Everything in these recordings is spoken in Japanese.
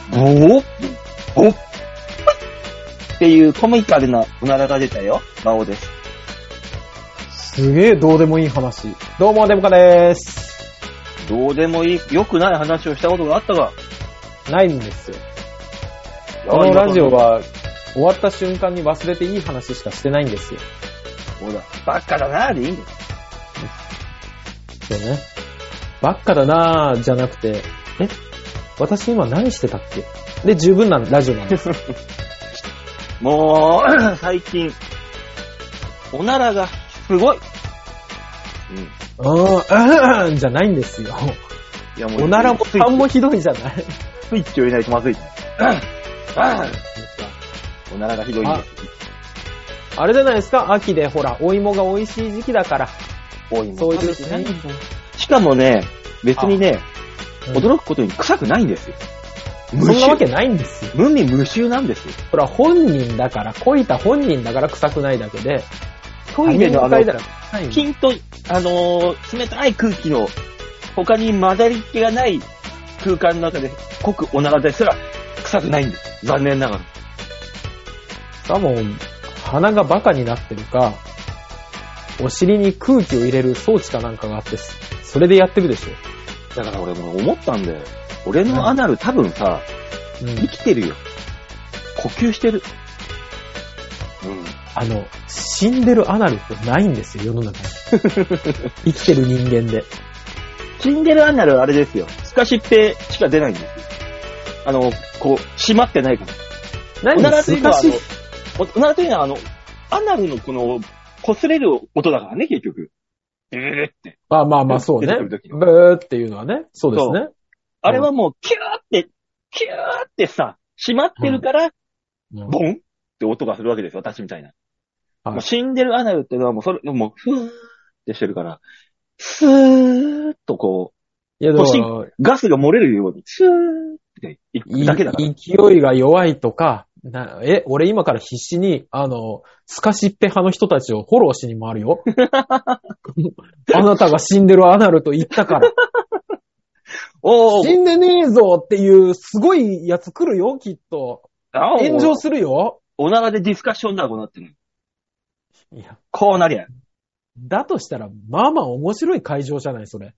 ボーボッっていうコミカルなおならが出たよ。魔王です。 すげえどうでもいい話。どうも、デモカでーす。 どうでもいい、良くない話をしたことがあったが。 ないんですよ。このラジオは終わった瞬間に忘れていい話しかしてないんですよ。 そうだ。バカだなーでいいんだよ。 そうね。バカだなーじゃなくて、私今何してたっけで十分なラジオなんです。 もう、最近、おならがすごい。 じゃないんですよ。 いやもうおならも痰もひどいじゃない。 スイッチを入れないとまずい。おならがひどいんです。 あれじゃないですか、秋でほら、お芋が美味しい時期だから。 お芋そういうね。 しかもね、別にね、驚くことに臭くないんですよ。 そんなわけないんですよ。 無味無臭なんですよ。 ほら、本人だから、こいた本人だから臭くないだけで、 トイレのピンと、冷たい空気の他に混ざり気がない空間の中で濃くおならですら臭くないんです。残念ながら。 さも鼻がバカになってるか、お尻に空気を入れる装置かなんかがあって、それでやってるでしょ。 だから俺も思ったんだよ。俺のアナル多分さ、生きてるよ。呼吸してる。 死んでるアナルってないんですよ、世の中に。生きてる人間で。 死んでるアナルはあれですよ。スカシッペしか出ないんですよ。閉まってないから。おならというのはおならというのはアナルのこの、擦れる音だからね、結局。ブーって。 まあ、そうね。ブーっていうのはね。そうですね。 あれはもう、キューってさ、閉まってるから、ボンって音がするわけですよ、私みたいな。もう死んでるアナルっていうのはもう、もう、ふーってしてるから、スーっとこう、ガスが漏れるように、スーっていくだけだから。 勢いが弱いとか、俺今から必死に、スカシッペ派の人たちをフォローしに回るよ。あなたが死んでるアナルと言ったから。死んでねえぞっていうすごいやつ来るよ、きっと。炎上するよ。 おならでディスカッションだ、こうなってる。 いや。 こうなりゃ。 だとしたら、まあまあ面白い会場じゃない、それ。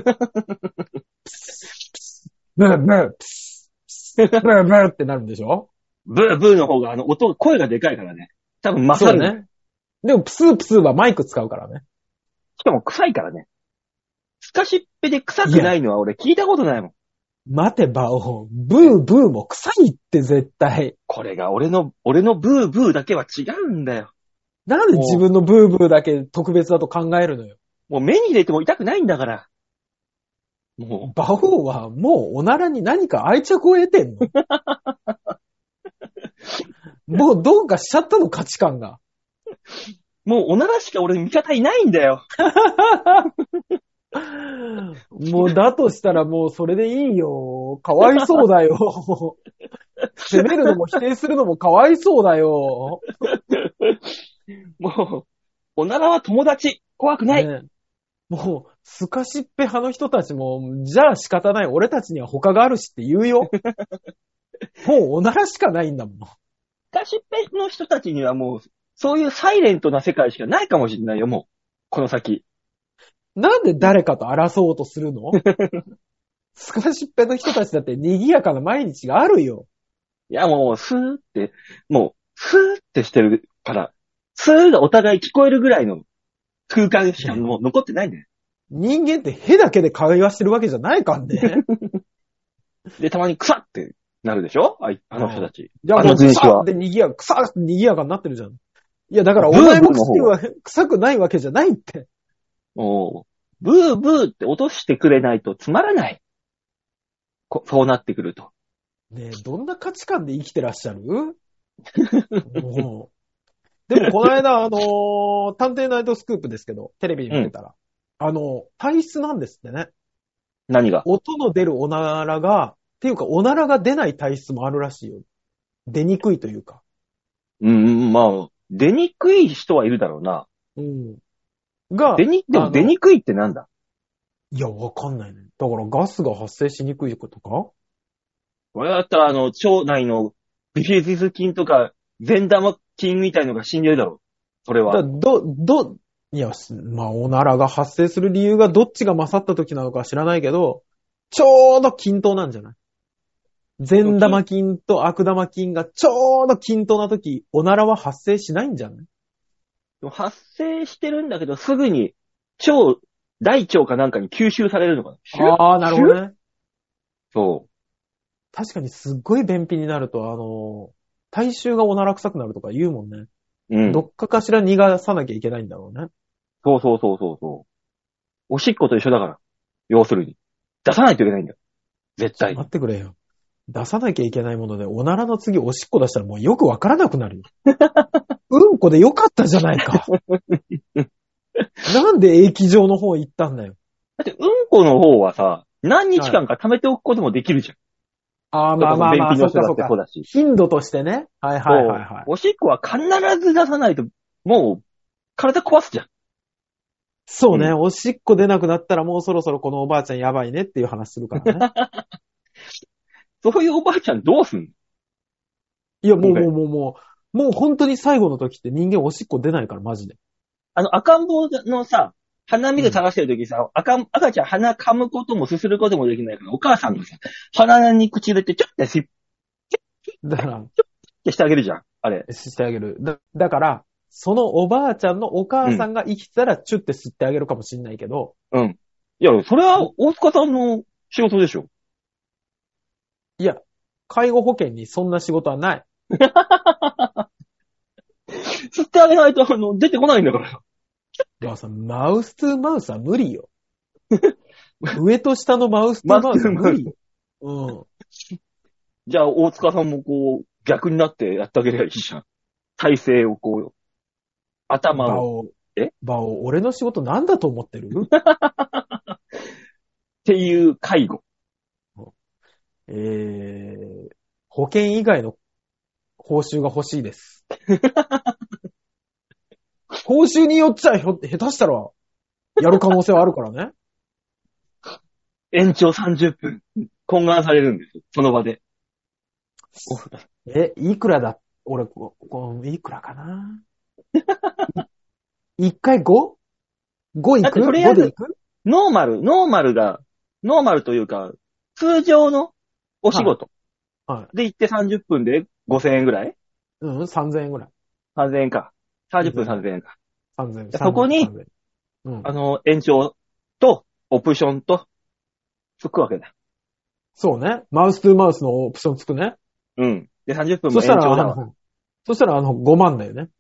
ブーブー、ブーブーってなるんでしょ？ ブーブーの方が声がでかいからね。多分勝るね。 でもプスープスーはマイク使うからね。 しかも臭いからね。スカシッペで臭くないのは俺聞いたことないもん。 待てばブーブーも臭いって絶対。 これが俺のブーブーだけは違うんだよ。 なんで自分のブーブーだけ特別だと考えるのよ。 もう目に入れても痛くないんだから。 もう。馬王はもうおならに何か愛着を得てんのもうどうかしちゃったの価値観が。 もうおならしか俺味方いないんだよ。 もうだとしたらもうそれでいいよ。かわいそうだよ。責めるのも否定するのもかわいそうだよ。 もう、おならは友達。怖くない。 ね、もう、スカシッペ派の人たちも、じゃあ仕方ない。俺たちには他があるしって言うよ。もうおならしかないんだもん。 スカシッペの人たちにはもう、そういうサイレントな世界しかないかもしれないよ、もう。この先。 なんで誰かと争おうとするのスカシッペの人たちだって賑やかな毎日があるよ。 いや、もう、スーって、もう、スーってしてるから、スーがお互い聞こえるぐらいの空間しかもう残ってないんだよ。 人間ってへだけで会話してるわけじゃないかんね。 で、たまにクサってなるでしょあの人たち。 じゃあもうクサって賑やかになってるじゃん。いや、だからお前も臭くないわけじゃないって。 ブーブーって落としてくれないとつまらない。そうなってくると。 ねえ、どんな価値観で生きてらっしゃるもうでもこの間、探偵ナイトスクープですけど、テレビに見てたら、体質なんですってね。 何が？ 音の出るおならが、っていうかおならが出ない体質もあるらしいよ。出にくいというか。 まあ、出にくい人はいるだろうな。でも出にくいってなんだ？ いや、わかんないね。だからガスが発生しにくいことか？ これだったら腸内のビフィズス菌とか、善玉菌みたいのが死んでるだろう。それは。 いや、まあ、おならが発生する理由がどっちが勝った時なのか知らないけど、ちょうど均等なんじゃない？善玉菌と悪玉菌がちょうど均等な時、おならは発生しないんじゃない？ 発生してるんだけど、すぐに大腸かなんかに吸収されるのかな。 ああ、なるほどね。 そう。 確かにすっごい便秘になると、体臭がおなら臭くなるとか言うもんね。 うん。 どっかしら逃がさなきゃいけないんだろうね。 そう。おしっこと一緒だから。要するに。出さないといけないんだよ。絶対に。 待ってくれよ。出さなきゃいけないもので、おならの次おしっこ出したらもうよくわからなくなるよ。うんこでよかったじゃないか。なんで液状の方行ったんだよ。 だってうんこの方はさ、何日間か貯めておくこともできるじゃん。 ああ、まあ、 便秘の人だそうか。 ってそうだし。 頻度としてね。はい。 おしっこは必ず出さないと、もう、体壊すじゃん。 そうね、おしっこ出なくなったらもうそろそろこのおばあちゃんやばいねっていう話するからね。 そういうおばあちゃんどうすんの？ いや、もう本当に最後の時って人間おしっこ出ないから、マジで。 赤ん坊のさ、鼻水探してる時さ、赤ちゃん鼻噛むこともすすることもできないから、お母さんがさ、鼻に口入れてちょってだから、 ってしてあげるじゃん。あれ。 してあげる。だから、そのおばあちゃんのお母さんが生きてたら、チュって吸ってあげるかもしんないけど。 うん。いや、それは大塚さんの仕事でしょ。 いや、介護保険にそんな仕事はない。 吸ってあげないと、出てこないんだから。 でもさ、マウストゥーマウスは無理よ。上と下のマウストゥーマウスは無理よ。うん。 じゃあ、大塚さんもこう、逆になってやってあげればいいじゃん。体勢をこう、頭を。 俺の仕事なんだと思ってる？ っていう介護。 保険以外の報酬が欲しいです。報酬によっちゃ下手したらやる可能性はあるからね。 延長30分、懇願されるんですよ。その場で。 いくらだ？俺、いくらかな？一回 5？5 いく？ とりあえず、 5でいく？ ノーマルというか、通常のお仕事。 はい。 で行って30分で5000円ぐらい？ うん、3000円ぐらい。 3000円か。30分3000円か。 3000円。 そこに、 うん、 延長と、オプションと、つくわけだ。 そうね。マウストゥーマウスのオプションつくね。 うん。で、30分も延長だわ。 そしたら5万だよね。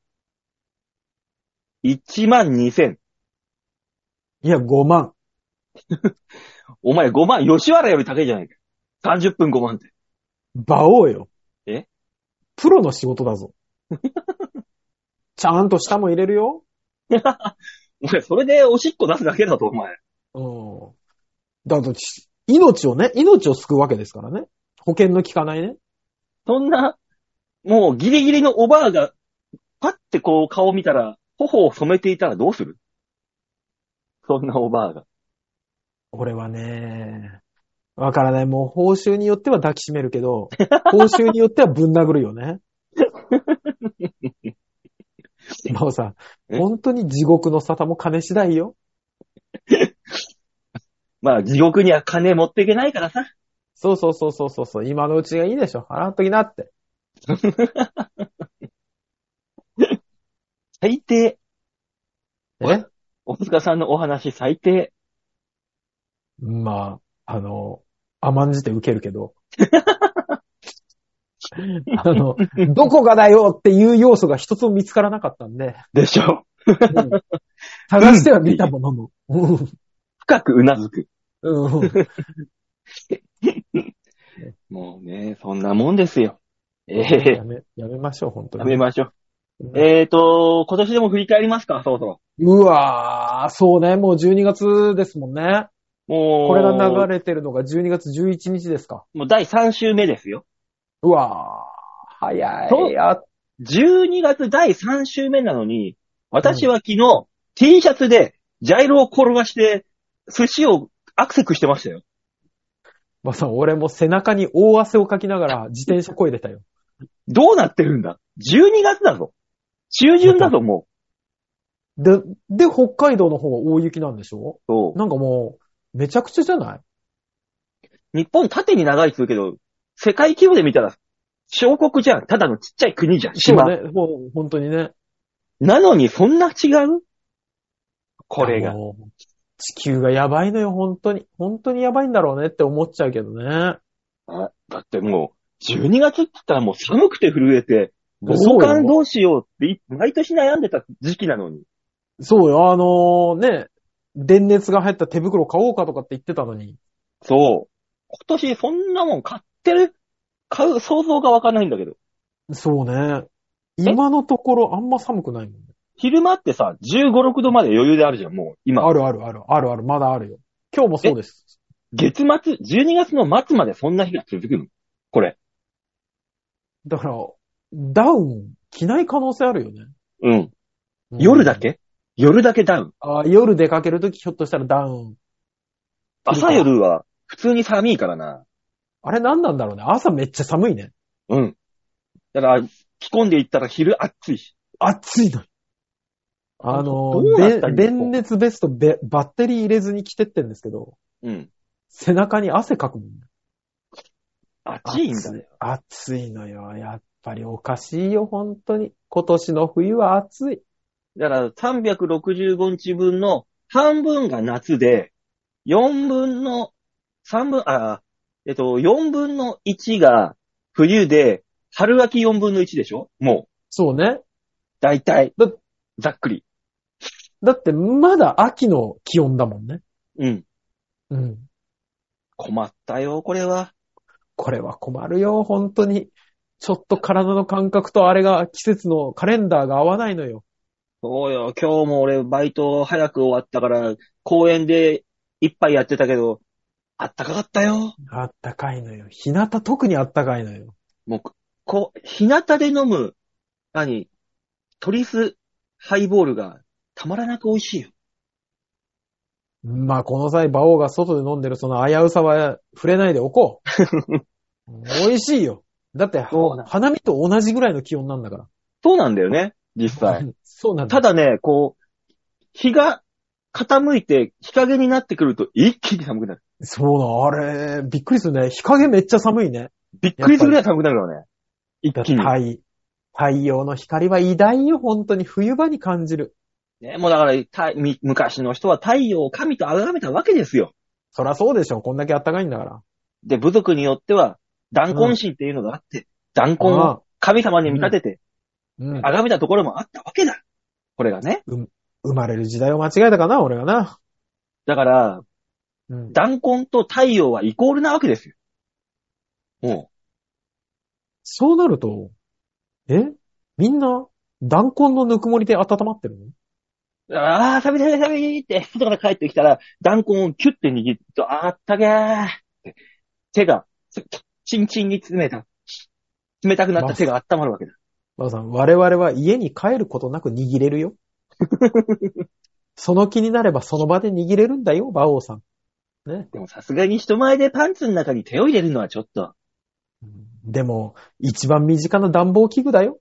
12,000。 いや、5万。 お前5万、吉原より高いじゃないか。30分5万って。 馬王よ。 プロの仕事だぞ。ちゃんと舌も入れるよ。 お前、それでおしっこ出すだけだと、お前。 うん。だと、命を救うわけですからね。保険の効かないね。 そんな、もうギリギリのおばあが、パッてこう顔見たら、頬を染めていたらどうする？そんなおばあが。 俺はね、わからない。もう報酬によっては抱きしめるけど、報酬によってはぶん殴るよね。もうさ、本当に地獄の沙汰も金次第よ。 まあ、地獄には金持っていけないからさ。 そう。今のうちがいいでしょ。払っときなって。 最低。大塚さんのお話最低。 まあ、甘んじて受けるけど。どこがだよっていう要素が一つも見つからなかったんで。 でしょ。 探しては見たものの。 深くうなずく。もうね、そんなもんですよ。 やめましょう、本当に。 やめましょう。今年でも振り返りますか、そうそう。 うわー、そうね、もう12月ですもんね。もう、これが流れてるのが12月11日ですか。 もう第3週目ですよ。 うわー、早いや。 12月第3週目なのに、私は昨日、T シャツでジャイロを転がして、寿司をアクセクしてましたよ。 まあさ、俺も背中に大汗をかきながら自転車漕いでたよ。 どうなってるんだ？ 12 月だぞ。中旬だぞ、もで、北海道の方は大雪なんでしょ？ う。そなんかもう、めちゃくちゃじゃない？ う。日本縦に長いっつうけど、世界規模で見たら、小国じゃん。ただのちっちゃい国じゃん。島。 そうね、もう本当にね。 なのにそんな違う？これが。 もう地球がやばいのよ、本当に。本当にやばいんだろうねって思っちゃうけどね。 だってもう、12月って言ったらもう寒くて震えて、防そうよ。 寒どうしようって毎年悩んでた時期なのに。 そうよ、ね、電熱が入った手袋買おうかとかって言ってたのに。 そう。今年そんなもん買う想像がわかんないんだけど。 そうね。今のところあんま寒くないもんね。 昼間ってさ、15、6度まで余裕であるじゃん、もう、今。 ある、まだあるよ。今日もそうです。 月末、12月の末までそんな日が続くの？これ。 だから、ダウン着ない可能性あるよね。 うん。 うん夜だけダウン。 夜出かけるときひょっとしたらダウン。 朝夜は普通に寒いからな。 あれ何なんだろうね。朝めっちゃ寒いね。 うん。だから、着込んでいったら昼暑いし。 暑いの。 どうなったんですか？ 電熱ベストバッテリー入れずに着てってんですけど、 うん。 背中に汗かくもんね。 暑いんだよ。 暑いのよ。やっぱりおかしいよ、本当に。今年の冬は暑い。 だから365日分の半分が夏で、4分の、4分の1が冬で、春秋4分の1でしょ？もう、 そうね。 だいたい、ざっくり。 だってまだ秋の気温だもんね。 うん。 うん。 困ったよ、これは。 これは困るよ、本当に。ちょっと体の感覚とあれが季節のカレンダーが合わないのよ。 そうよ、今日も俺バイト早く終わったから、公園で一杯やってたけど、あったかかったよ。 あったかいのよ。日向特にあったかいのよ。 もう、日向で飲む、トリスハイボールがたまらなく美味しいよ。 まあ、この際、馬王が外で飲んでるその危うさは触れないでおこう。美味しいよ。だって、花見と同じぐらいの気温なんだから。 そうなんだよね、実際。 そうなんだ。 ただね、日が傾いて日陰になってくると一気に寒くなる。 そうだ、あれ、びっくりするね。日陰めっちゃ寒いね。 びっくりするぐらい寒くなるからね。一気に。 太陽の光は偉大よ、本当に冬場に感じる。 ね、もうだから、昔の人は太陽を神と崇めたわけですよ。 そらそうでしょ、こんだけ暖かいんだから。 で、部族によっては、断根神っていうのがあって、断根を神様に見立てて、崇めたところもあったわけだ。これがね。 生まれる時代を間違えたかな、俺がな。 だから、断根と太陽はイコールなわけですよ。もう。 そうなると、みんな、断根のぬくもりで温まってるの？ ああ、寒いって、外から帰ってきたら、断根をキュッて握ると、あったけーって、手が、チンチンに冷たくなった手が温まるわけだ。 馬王さん、我々は家に帰ることなく握れるよ。その気になればその場で握れるんだよ、馬王さん。ね。 でもさすがに人前でパンツの中に手を入れるのはちょっと。 でも、一番身近な暖房器具だよ。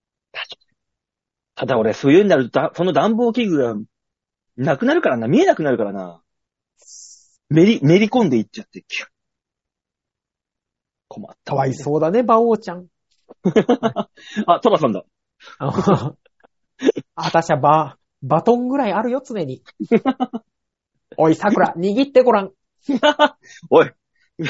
ただ俺、冬になると、その暖房器具が、なくなるからな、見えなくなるからな。めり込んでいっちゃって、キュッ。困った。 かわいそうだね、馬王ちゃん。 あ、トラさんだ。 あたしゃバトンぐらいあるよ、常に。おい、桜、握ってごらん。 おい。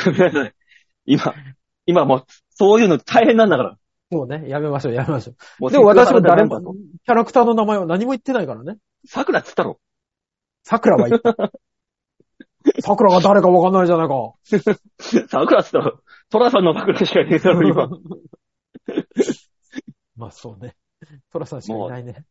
今もう、そういうの大変なんだから。 そうね、やめましょう。でも私は誰も、キャラクターの名前は何も言ってないからね。 桜っつったろ。 桜は言った。桜が誰かわかんないじゃないか。 桜っつったろ。トラさんの桜しかいねえだろ、今。 まあそうね。トラさんしかいないね。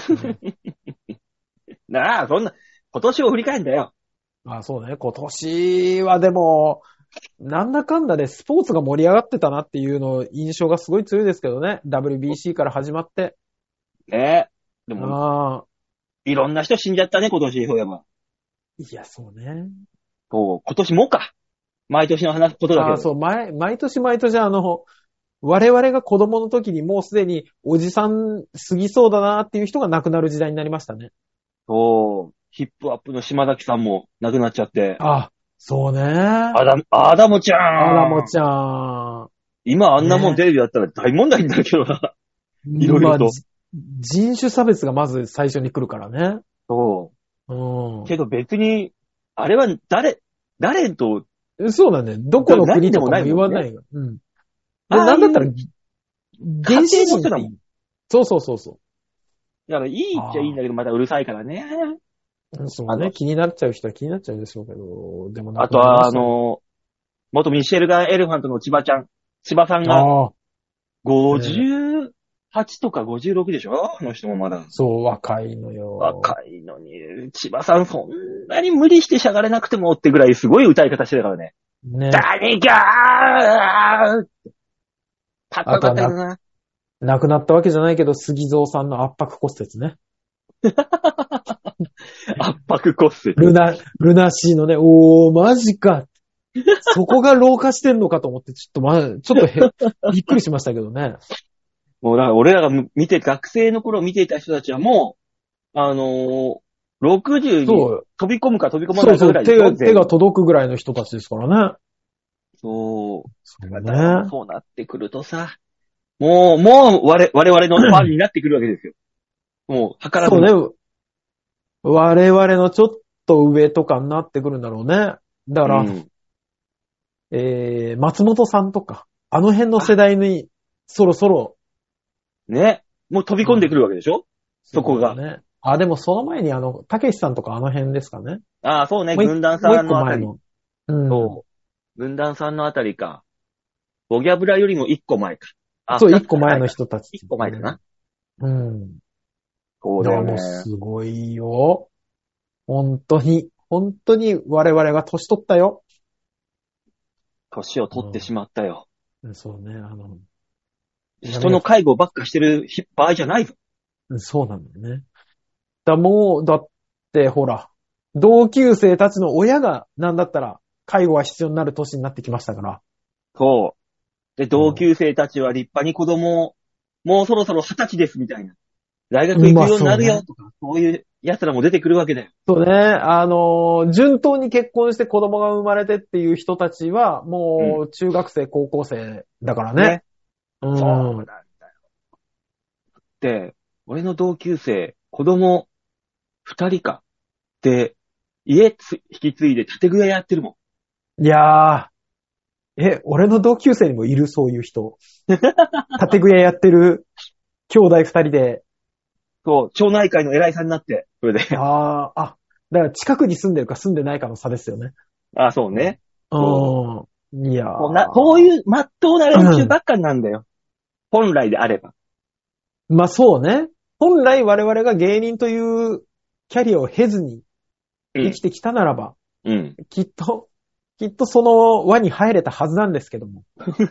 なあ、今年を振り返るんだよ。 あ、そうね。今年はでも、なんだかんだでスポーツが盛り上がってたなっていうの印象がすごい強いですけどね。WBC から始まって。 ねえ。でも、いろんな人死んじゃったね、今年、そういえば。 いや、そうね。 今年もか。 毎年のことだけど。 そう、毎年我々が子供の時にもうすでにおじさん過ぎそうだなっていう人が亡くなる時代になりましたね。 そう。ヒップアップの島崎さんも亡くなっちゃって。 そうね。 アダモちゃん。 アダモちゃん。 今あんなもんテレビやったら大問題になるけどな。いろいろと。 人種差別がまず最初に来るからね。 そう。けど別に、あれは誰と。 そうだね。どこの国とかも言わないが。うん。なんだったら、原始人だもん。そう。 だからいいっちゃいいんだけど、まだうるさいからね。 そうね。気になっちゃう人は気になっちゃうでしょうけど、でもあとは、元ミシェルガン・エレファントの千葉さんが、58とか56でしょあの人もまだ。 そう、若いのよ。 若いのに、千葉さんそんなに無理してしゃがれなくてもってぐらいすごい歌い方してたからね。 ね。 何かーかっこよかったよな。 亡くなったわけじゃないけど、杉蔵さんの圧迫骨折ね。 圧迫骨折。 ルナシーのね、マジか。そこが老化してんのかと思って、ちょっとびっくりしましたけどね。 もう俺らが学生の頃見ていた人たちはもう、60に飛び込むか飛び込まないかぐらいで。 手が届くぐらいの人たちですからね。 そう。 そうね。 そうなってくるとさ、もう我々のファンになってくるわけですよ。もう、図らずも。 そうね。我々のちょっと上とかになってくるんだろうね。だから、松本さんとか、あの辺の世代に、そろそろ。 ね。もう飛び込んでくるわけでしょ、そこが。 ね。でもその前にたけしさんとかあの辺ですかね。 そうね、軍団さんのあたり。 もう一個前の。 そう。軍団さんのあたりか。ボギャブラよりも一個前か。 そう、一個前の人たち。 一個前だな。 そうだよね。すごいよ。本当に我々が年取ったよ。 年を取ってしまったよ。 そうね、 人の介護ばっかしてる場合じゃないぞ。 そうなんだよね。だってほら、同級生たちの親がなんだったら介護が必要になる年になってきましたから。 そう。で、同級生たちは立派に子供を、もうそろそろ20歳ですみたいな。大学行くようになるよとか、そういう奴らも出てくるわけだよ。 そうね。順当に結婚して子供が生まれてっていう人たちは、もう中学生、高校生だからね。 そうなんだよ。で、俺の同級生、子供2人か。で、引き継いで建具屋やってるもん。いやー。俺の同級生にもいるそういう人。建具屋やってる兄弟2人で。 そう、町内会の偉いさんになって、それで。 だから近くに住んでるか住んでないかの差ですよね。 そうね。 いやそういう真っ当な練習ばっかりなんだよ。本来であれば。 まあそうね。本来我々が芸人というキャリアを経ずに生きてきたならば、きっとその輪に入れたはずなんですけども。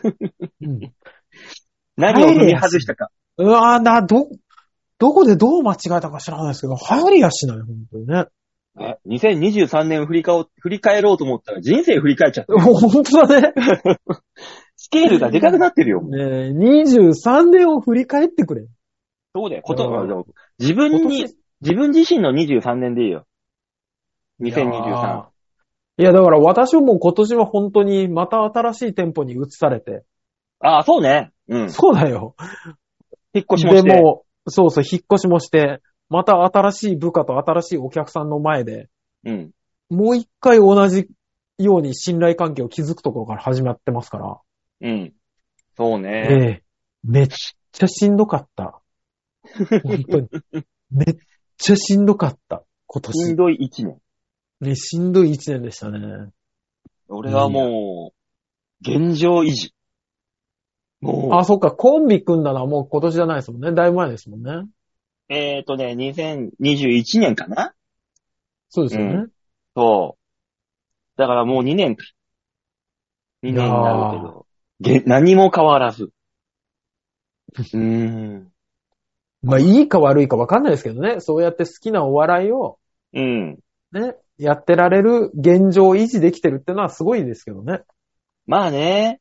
何を踏み外したか。 どこでどう間違えたか知らないですけど、入りやしない、本当にね。 2023年を振り返ろうと思ったら人生振り返っちゃった。 本当だね。 スケールがでかくなってるよ。 ねえ、23年を振り返ってくれ。 そうだよ。自分自身の23年でいいよ。2023。 いや、だから私はもう今年は本当にまた新しい店舗に移されて。 そうね。 そうだよ。 引っ越しもして。 でも、そう、引っ越しもして、また新しい部下と新しいお客さんの前で、もう一回同じように信頼関係を築くところから始まってますから。 そうね。 めっちゃしんどかった。本当に。めっちゃしんどかった。今年。 しんどい1年。 ね、しんどい1年でしたね。 俺はもう、現状維持。 そっか、コンビ組んだのはもう今年じゃないですもんね。だいぶ前ですもんね。 2021年かな？ そうですよね。 そう。だからもう2年か。2年になるけど、何も変わらず。 まあ、いいか悪いか分かんないですけどね。そうやって好きなお笑いを、ね、 やってられる現状を維持できてるってのはすごいですけどね。 まあね。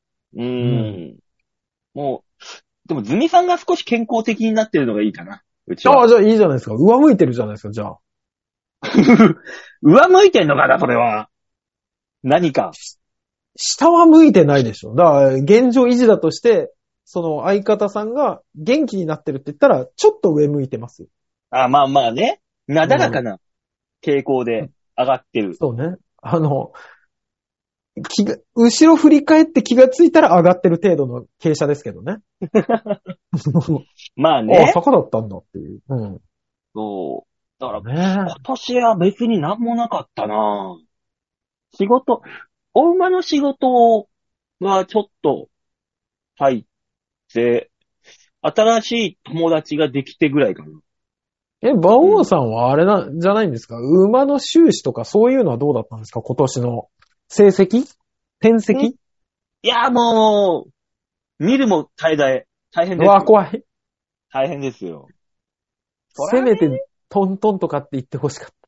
もう、でもズミさんが少し健康的になってるのがいいかな。うちは。 ああ、じゃあいいじゃないですか。上向いてるじゃないですか、じゃあ。 上向いてんのかな、それは。何か。 下は向いてないでしょ。だから、現状維持だとして、その相方さんが元気になってるって言ったら、ちょっと上向いてますよ。 あ、まあまあね。なだらかな傾向で上がってる。 そうね。後ろ振り返って気がついたら上がってる程度の傾斜ですけどね。ああ、 まあね。 坂だったんだっていう。うん。 そう。だから、 ね今年は別になんもなかったな。仕事、お馬の仕事はちょっと入って、新しい友達ができてぐらいかな。 え。馬王さんはあれじゃないんですか？馬の収支とかそういうのはどうだったんですか？今年の成績転績？ いや、もう、見るも大変ですよ。 うわ、怖い。 大変ですよ。 せめてトントンとかって言ってほしかった。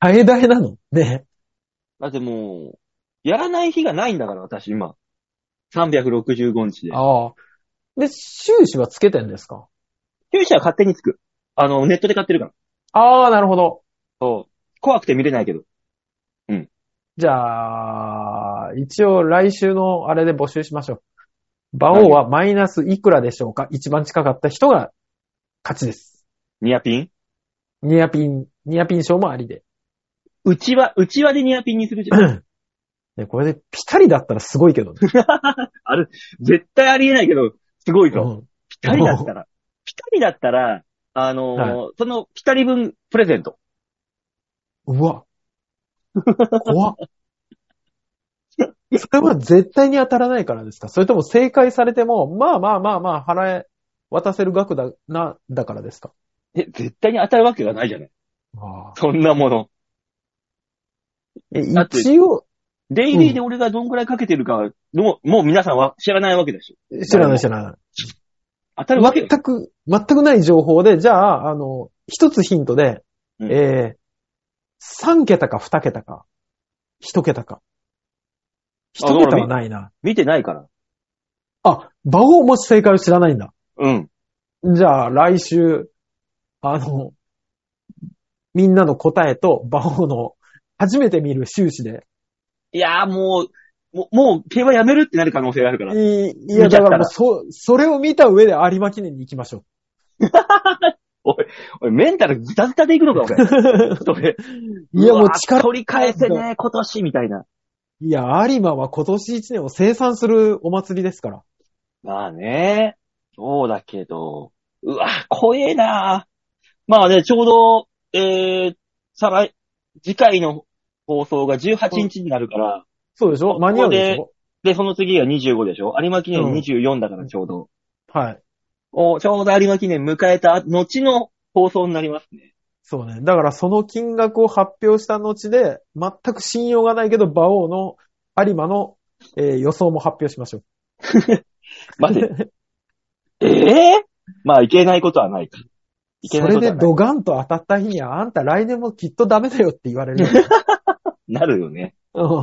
大変なのね。 だってもう、やらない日がないんだから、私今。365日で。 ああ。で、収支はつけてんですか？ 注射は勝手につく。ネットで買ってるから。 ああ、なるほど。 そう。怖くて見れないけど。うん。 じゃあ、一応来週のあれで募集しましょう。馬王はマイナスいくらでしょうか？一番近かった人が勝ちです。 ニアピンニアピン賞もありで。 うちわでニアピンにするじゃん。 ね、これでピタリだったらすごいけどね。 絶対ありえないけど、すごいぞ。 うん、 ピタリだったら。ピタリだったら、 はい、 そのピタリ分プレゼント。 うわ。怖っ。それは絶対に当たらないからですか？それとも正解されても、まあ、渡せる額だからですか？ 絶対に当たるわけがないじゃない。 ああ。 そんなもの。だって一応、 デイリーで俺がどんくらいかけてるかもう皆さんは知らないわけだし。 知らない。 当たるわけだ全くない情報で、じゃあ、一つヒントで、 うん 3桁か2桁か、1桁か。1桁はないな。 見てないから。 あ、馬王も正解を知らないんだ。 うん。 じゃあ、来週、みんなの答えと馬王の初めて見る収支で。 いやーもう、競馬やめるってなる可能性があるから。 いや、だからもう、それを見た上で有馬記念に行きましょう。 おい、メンタルズタズタで行くのか、俺。それ。 いや、もう力取り返せね、今年、みたいな。 いや、有馬は今年1年を清算するお祭りですから。 まあね。そうだけど。うわ、怖えな。まあね、ちょうど、次回の放送が18日になるから。 そうでしょ？間に合うでしょ？ で、その次が25でしょ？有馬記念24だからちょうど。 はい。 ちょうど有馬記念迎えた後の放送になりますね。 そうね。だからその金額を発表した後で、全く信用がないけど、馬王の有馬の、予想も発表しましょう。 待て。まあ、いけないことはないか。 それでドガンと当たった日には、あんた来年もきっとダメだよって言われる。 なるよね。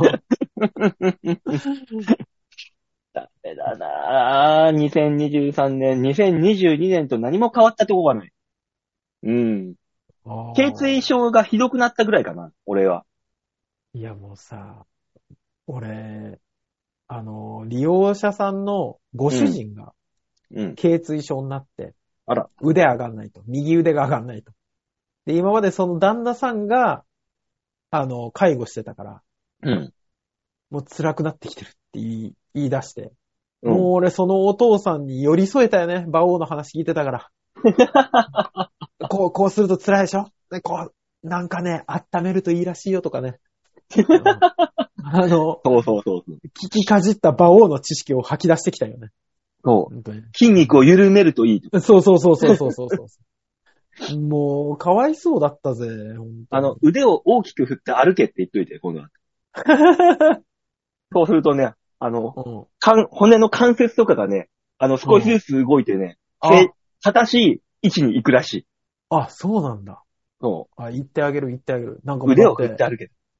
ダメだなぁ。2023年、2022年と何も変わったとこがない。うん。頚椎症がひどくなったぐらいかな、俺は。 いやもうさ、俺、利用者さんのご主人が、頚椎症になって、 あら。 腕上がんないと。右腕が上がんないと。で、今までその旦那さんが、介護してたから、もう辛くなってきてるって言い出して、もう俺そのお父さんに寄り添えたよね。馬王の話聞いてたから。こうすると辛いでしょ？でなんかね、温めるといいらしいよとかね。そう。聞きかじった馬王の知識を吐き出してきたよね。 そう。筋肉を緩めるといい。 そう。もう、かわいそうだったぜ。 腕を大きく振って歩けって言っといて、今度は。そうするとね、骨の関節とかがね、少しずつ動いてね、正しい位置に行くらしい。 あ、そうなんだ。 そう。 言ってあげる。なんか腕を振って歩け。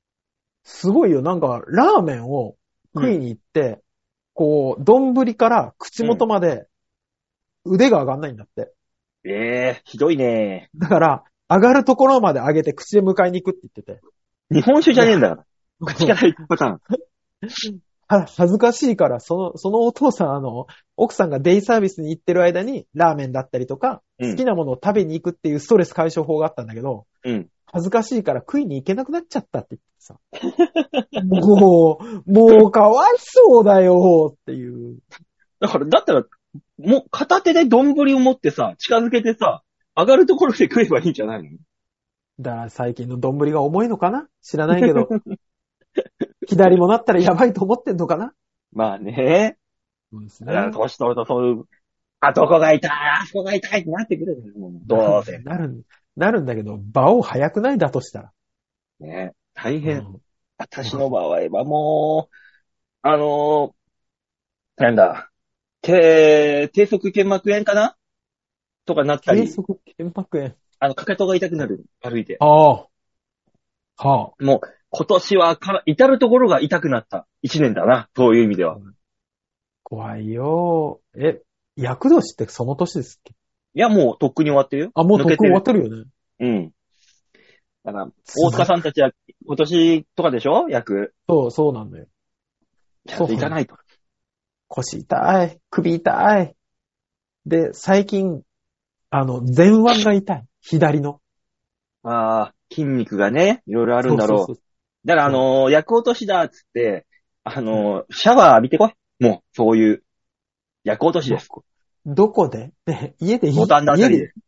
すごいよ。なんか、ラーメンを食いに行って、こう、丼から口元まで腕が上がんないんだって。 ひどいね。 だから、上がるところまで上げて口で迎えに行くって言ってて。 日本酒じゃねえんだから。口から行くパターン。 恥ずかしいから、そのお父さん、奥さんがデイサービスに行ってる間に、ラーメンだったりとか、好きなものを食べに行くっていうストレス解消法があったんだけど、恥ずかしいから食いに行けなくなっちゃったって言ってさ。もうかわいそうだよっていう。 だったら、もう片手で丼を持ってさ、近づけてさ、上がるところで食えばいいんじゃないの？ だから最近の丼が重いのかな？知らないけど。左もなったらやばいと思ってんのかな？ まあね。 そうですね。 だから年取るとそういう、どこが痛い、あそこが痛いってなってくるんだよ。もうどうせ。 なるんだけど、場を早くないだとしたら。 ね、大変。私の場合はもう、なんだ、低速腱膜炎かなとかなったり。 低速腱膜炎。 かかとが痛くなる。歩いて。 はあ。 もう、今年は至るところが痛くなった一年だな。そういう意味では。 怖いよ。厄年ってその年ですっけ？ いや、もうとっくに終わってるよ。 もうとっくに終わってるよね。 うん。だから、大塚さんたちは今年とかでしょ？役。 そうなんだよ。 ちゃんと行かないと。 腰痛い。首痛い。で、最近、前腕が痛い。左の。 筋肉がね、いろいろあるんだろう。そう。だから、役落としだっつって、シャワー浴びてこい。もう、そういう、役落としです。 どこで？家でいい？ ボタンのあたりで。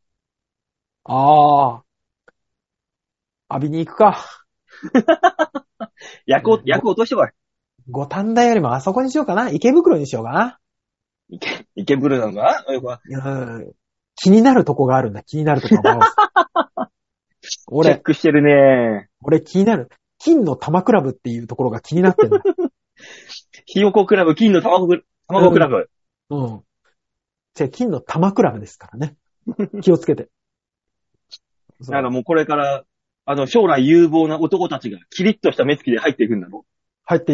浴びに行くか。 役落としてこい。 五反田よりもあそこにしようかな。池袋にしようかな。 池袋なのかな？気になるとこがあるんだ。気になるとこが。 チェックしてるね。 俺気になる。金の玉クラブっていうところが気になってんだ。 ひよこクラブ、金の卵クラブ。 金の玉クラブですからね。気をつけて。 だからもうこれから、将来有望な男たちがキリッとした目つきで入っていくんだろ？ 入っていって、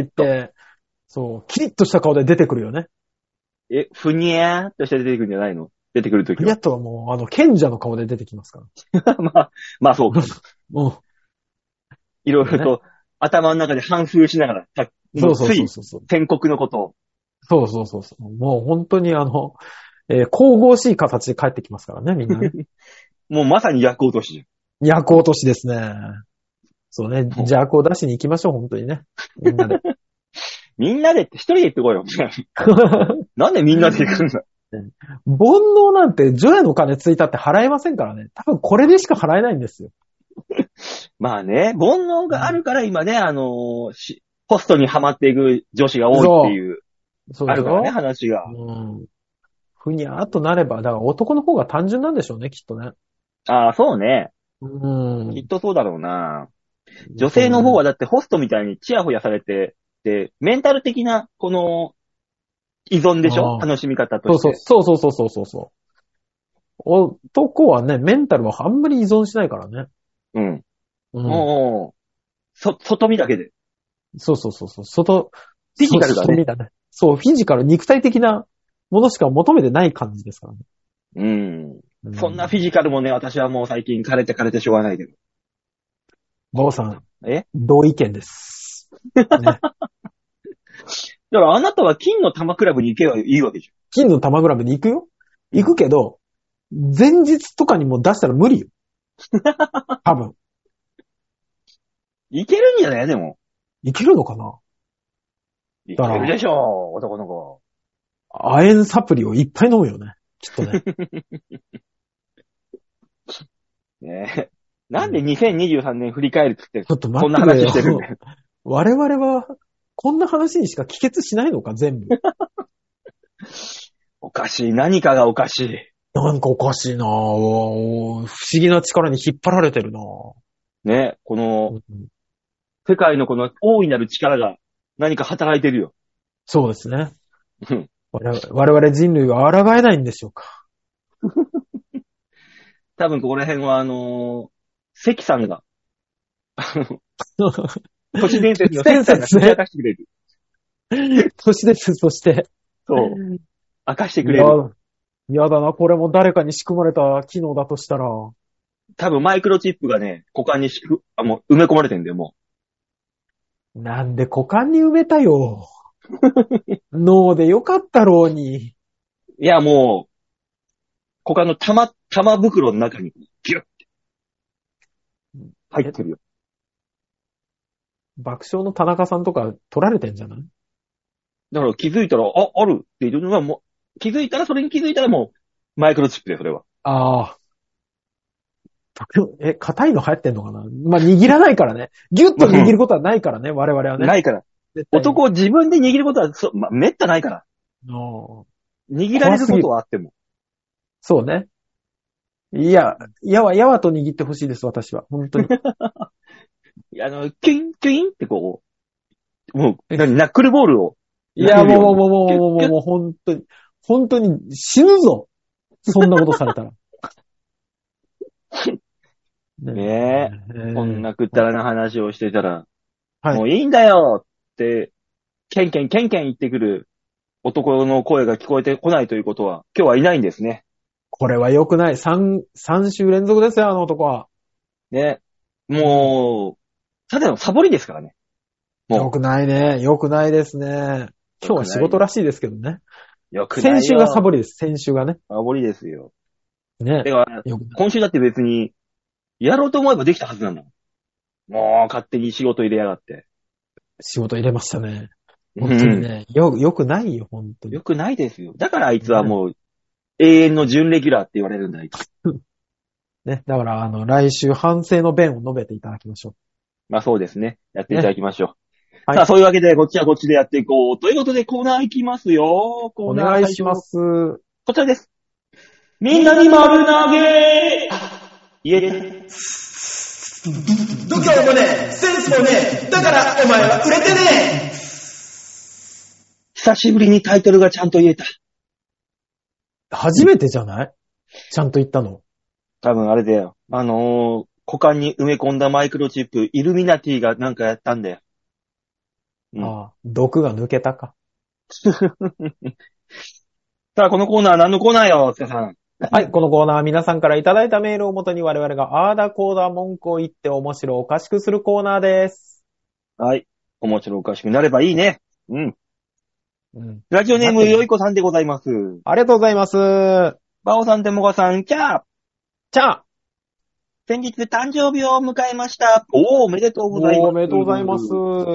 キリッとした顔で出てくるよね。 ふにゃーっとして出てくるんじゃないの？出てくるときは。 ふにゃっとはもう、賢者の顔で出てきますから。まあそうか。いろいろと、頭の中で反芻しながら、宣告のことを。 そう。もう本当に神々しい形で帰ってきますからね、みんなね。 もうまさに役落としじゃん。 役落としですね。そうね、邪悪を出しに行きましょう、本当にね。みんなで。 みんなでって一人で行ってこいよ。なんでみんなで行くんだ？ 煩悩なんて除夜の鐘ついたって払えませんからね。多分これでしか払えないんですよ。 まあね、煩悩があるから今ね、ホストにハマっていく女子が多いっていう、あるからね、話が。 ふにゃーっとなれば、だから男の方が単純なんでしょうね、きっとね。 そうね。きっとそうだろうな。女性の方はだってホストみたいにチヤホヤされて、で、メンタル的な、この、依存でしょ？楽しみ方として。 そう。男はね、メンタルはあんまり依存しないからね。 もう、外見だけで。 そう。 フィジカルだね。 そう、フィジカル、肉体的なものしか求めてない感じですからね。そんなフィジカルもね、私はもう最近枯れてしょうがないけど。 バオさん。同意見です。ね。 だからあなたは金の玉クラブに行けばいいわけじゃん。 金の玉クラブに行くよ。行くけど、前日とかにも出したら無理よ。多分。 いけるんじゃない？でも。 いけるのかな？ いけるでしょう、男の子。 亜鉛サプリをいっぱい飲むよね。きっとね。 ねえ。なんで2023年振り返るって言って、 ちょっと待って、 こんな話してるんだよ。 我々は、こんな話にしか帰結しないのか、全部。 おかしい。何かがおかしい。 なんかおかしいなぁ。不思議な力に引っ張られてるなぁ。 ね、この、世界のこの大いなる力が何か働いてるよ。 そうですね。我々人類は抗えないんでしょうか。 多分ここら辺は関さんが、 都市伝説のセンサーが解き明かしてくれる。 都市伝説として。 そう。明かしてくれる。 やだな、これも誰かに仕組まれた機能だとしたら。 多分マイクロチップがね、股間にもう埋め込まれてんだよ、もう。なんで股間に埋めたよ。脳でよかったろうに。 いや、もう、股間の玉袋の中にギュッて入ってるよ。 爆笑の田中さんとか取られてんじゃない？ だから気づいたら、あるっていうのはもう、それに気づいたらもう、マイクロチップで、それは。 ああ。硬いの流行ってんのかな？まあ、握らないからね。ギュッと握ることはないからね、我々はね。 ないから。男を自分で握ることは、めったないから。握られることはあっても。 そうね。いや、やわと握ってほしいです、私は。本当に。 キュイン、キュインってこう、もう、ナックルボールを。 いや、もう、本当に死ぬぞ。そんなことされたら。 ねえ。こんなくったらな話をしてたら、 はい、 もういいんだよって、ケンケン言ってくる男の声が聞こえてこないということは、今日はいないんですね。 これは良くない。3週連続ですよ、あの男は。 ね。もう、ただのサボりですからね。 良くないね。良くないですね。今日は仕事らしいですけどね。 良くないよ。 先週がサボりです。先週がね。 サボりですよ。 ね。 だから、今週だって別に、やろうと思えばできたはずなんだもん。もう、勝手に仕事入れやがって。 仕事入れましたね。本当にね。よくないよ、本当に。 よくないですよ。だからあいつはもう、永遠の準レギュラーって言われるんだ、あいつ。 ね。だから、来週反省の弁を述べていただきましょう。 まあそうですね。やっていただきましょう。 ね、はい。 さあ、そういうわけで、こっちはこっちでやっていこう。ということで、コーナー行きますよ。コーナー。 お願いします。 こちらです。みんなに丸投げ言え度胸もねえ、センスもねえ、だからお前は売れてねえ。 久しぶりにタイトルがちゃんと言えた。 初めてじゃない？ちゃんと言ったの。 多分あれだよ。股間に埋め込んだマイクロチップ、イルミナティがなんかやったんだよ。 うん、ああ、毒が抜けたか。 さあ、このコーナーは何のコーナーよ、塚さん。 はい、このコーナーは皆さんからいただいたメールをもとに我々があーだこーだ文句を言って面白おかしくするコーナーです。 はい。面白おかしくなればいいね。うん。 うん、 ラジオネームよいこさんでございます。 ありがとうございます。 バオさん、てもかさん、キャー。 キャー。 先日誕生日を迎えました。おめでとうございます。 おめでとうございます。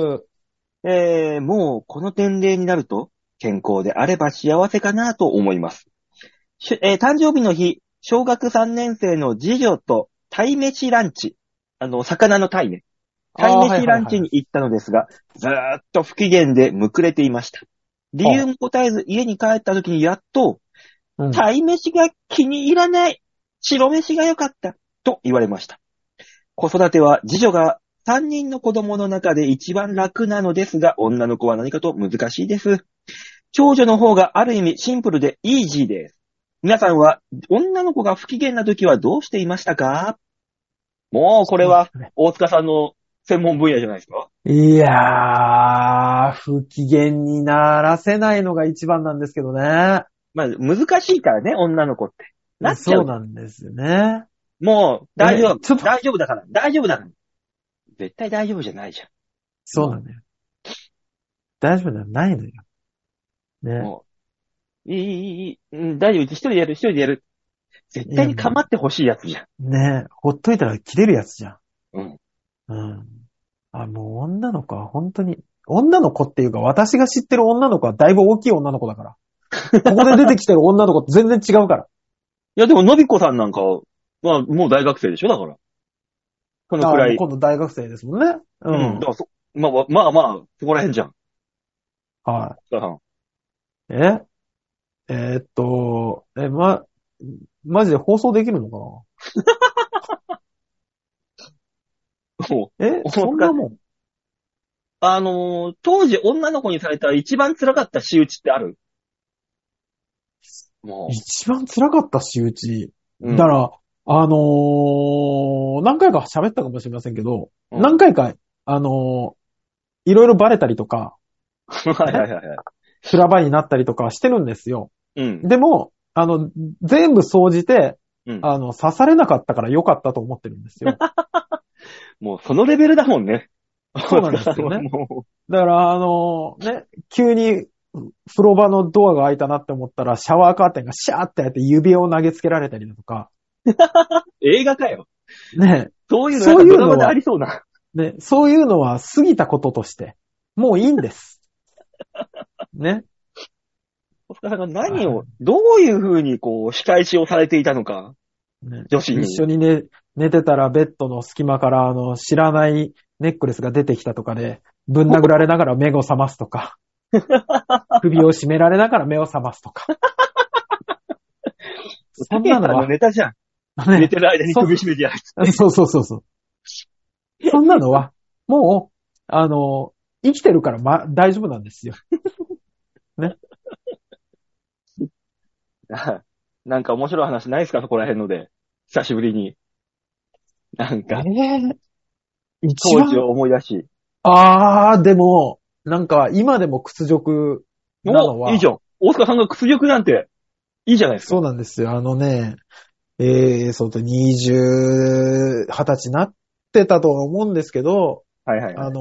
もうこの年齢になると健康であれば幸せかなと思います。誕生日の日、小学3年生の次女と鯛めしランチ。魚の鯛ね。鯛めしランチに行ったのですが、ずーっと不機嫌でむくれていました。理由も答えず家に帰った時にやっと、鯛めしが気に入らない。白飯が良かった。と言われました。子育ては次女が3人の子供の中で一番楽なのですが、女の子は何かと難しいです。長女の方がある意味シンプルでイージーです。皆さんは女の子が不機嫌な時はどうしていましたか？もうこれは大塚さんの専門分野じゃないですか？ いやー、不機嫌にならせないのが一番なんですけどね。 まあ難しいからね、女の子って。なっちゃう。 そうなんですよね。 もう大丈夫。大丈夫だから。大丈夫だから。絶対大丈夫じゃないじゃん。 そうなんだよ。大丈夫じゃないのよ。ね。 もういい、大丈夫。一人でやる。絶対に構ってほしいやつじゃん。 ねえ、ほっといたら切れるやつじゃん。 うん。 うん。あ、もう女の子は本当に、女の子っていうか私が知ってる女の子はだいぶ大きい女の子だから。ここで出てきてる女の子って全然違うから。 いやでも、のびこさんなんかは、まあ、もう大学生でしょだから。このくらい。 今度大学生ですもんね。 うん。だからまあ、そこら辺じゃん。 はい。 さん。 マジで放送できるのかなそんなもん。 当時女の子にされた一番辛かった仕打ちってある？もう。 一番辛かった仕打ち。だから、何回か喋ったかもしれませんけど、何回か、 いろいろバレたりとか、 はいはいはいはい。 修羅場になったりとかしてるんですよ。 うん。 でも、全部総じて、 うん。 刺されなかったから良かったと思ってるんですよ。 もうそのレベルだもんね。 そうなんですよね。 もだからね、急に風呂場のドアが開いたなって思ったら、シャワーカーテンがシャーってやって指輪を投げつけられたりだとか、 う映画かよ。 ね、 そういうのそういうのはドラマでありそうな。 ね、そういうのは過ぎたこととして、もういいんです。ね。 大塚さんが何を、どういう風にこう、仕返しをされていたのか。 ね、 女子に。 一緒に寝てたらベッドの隙間から知らないネックレスが出てきたとかで、ぶん殴られながら目を覚ますとか、首を絞められながら目を覚ますとか。そんなのは、 ネタじゃん。 ね、 寝てる間に首絞めてやる。 そうそうそうそう。そんなのは、もう、生きてるから大丈夫なんですよ。ね。 なんか面白い話ないですかそこら辺ので。久しぶりに。なんか、 一番当時を思い出し。 でも、なんか、今でも屈辱なのは。 いいじゃん。大塚さんが屈辱なんて、いいじゃないですか。 そうなんですよ。20歳になってたとは思うんですけど、 はいはいはい。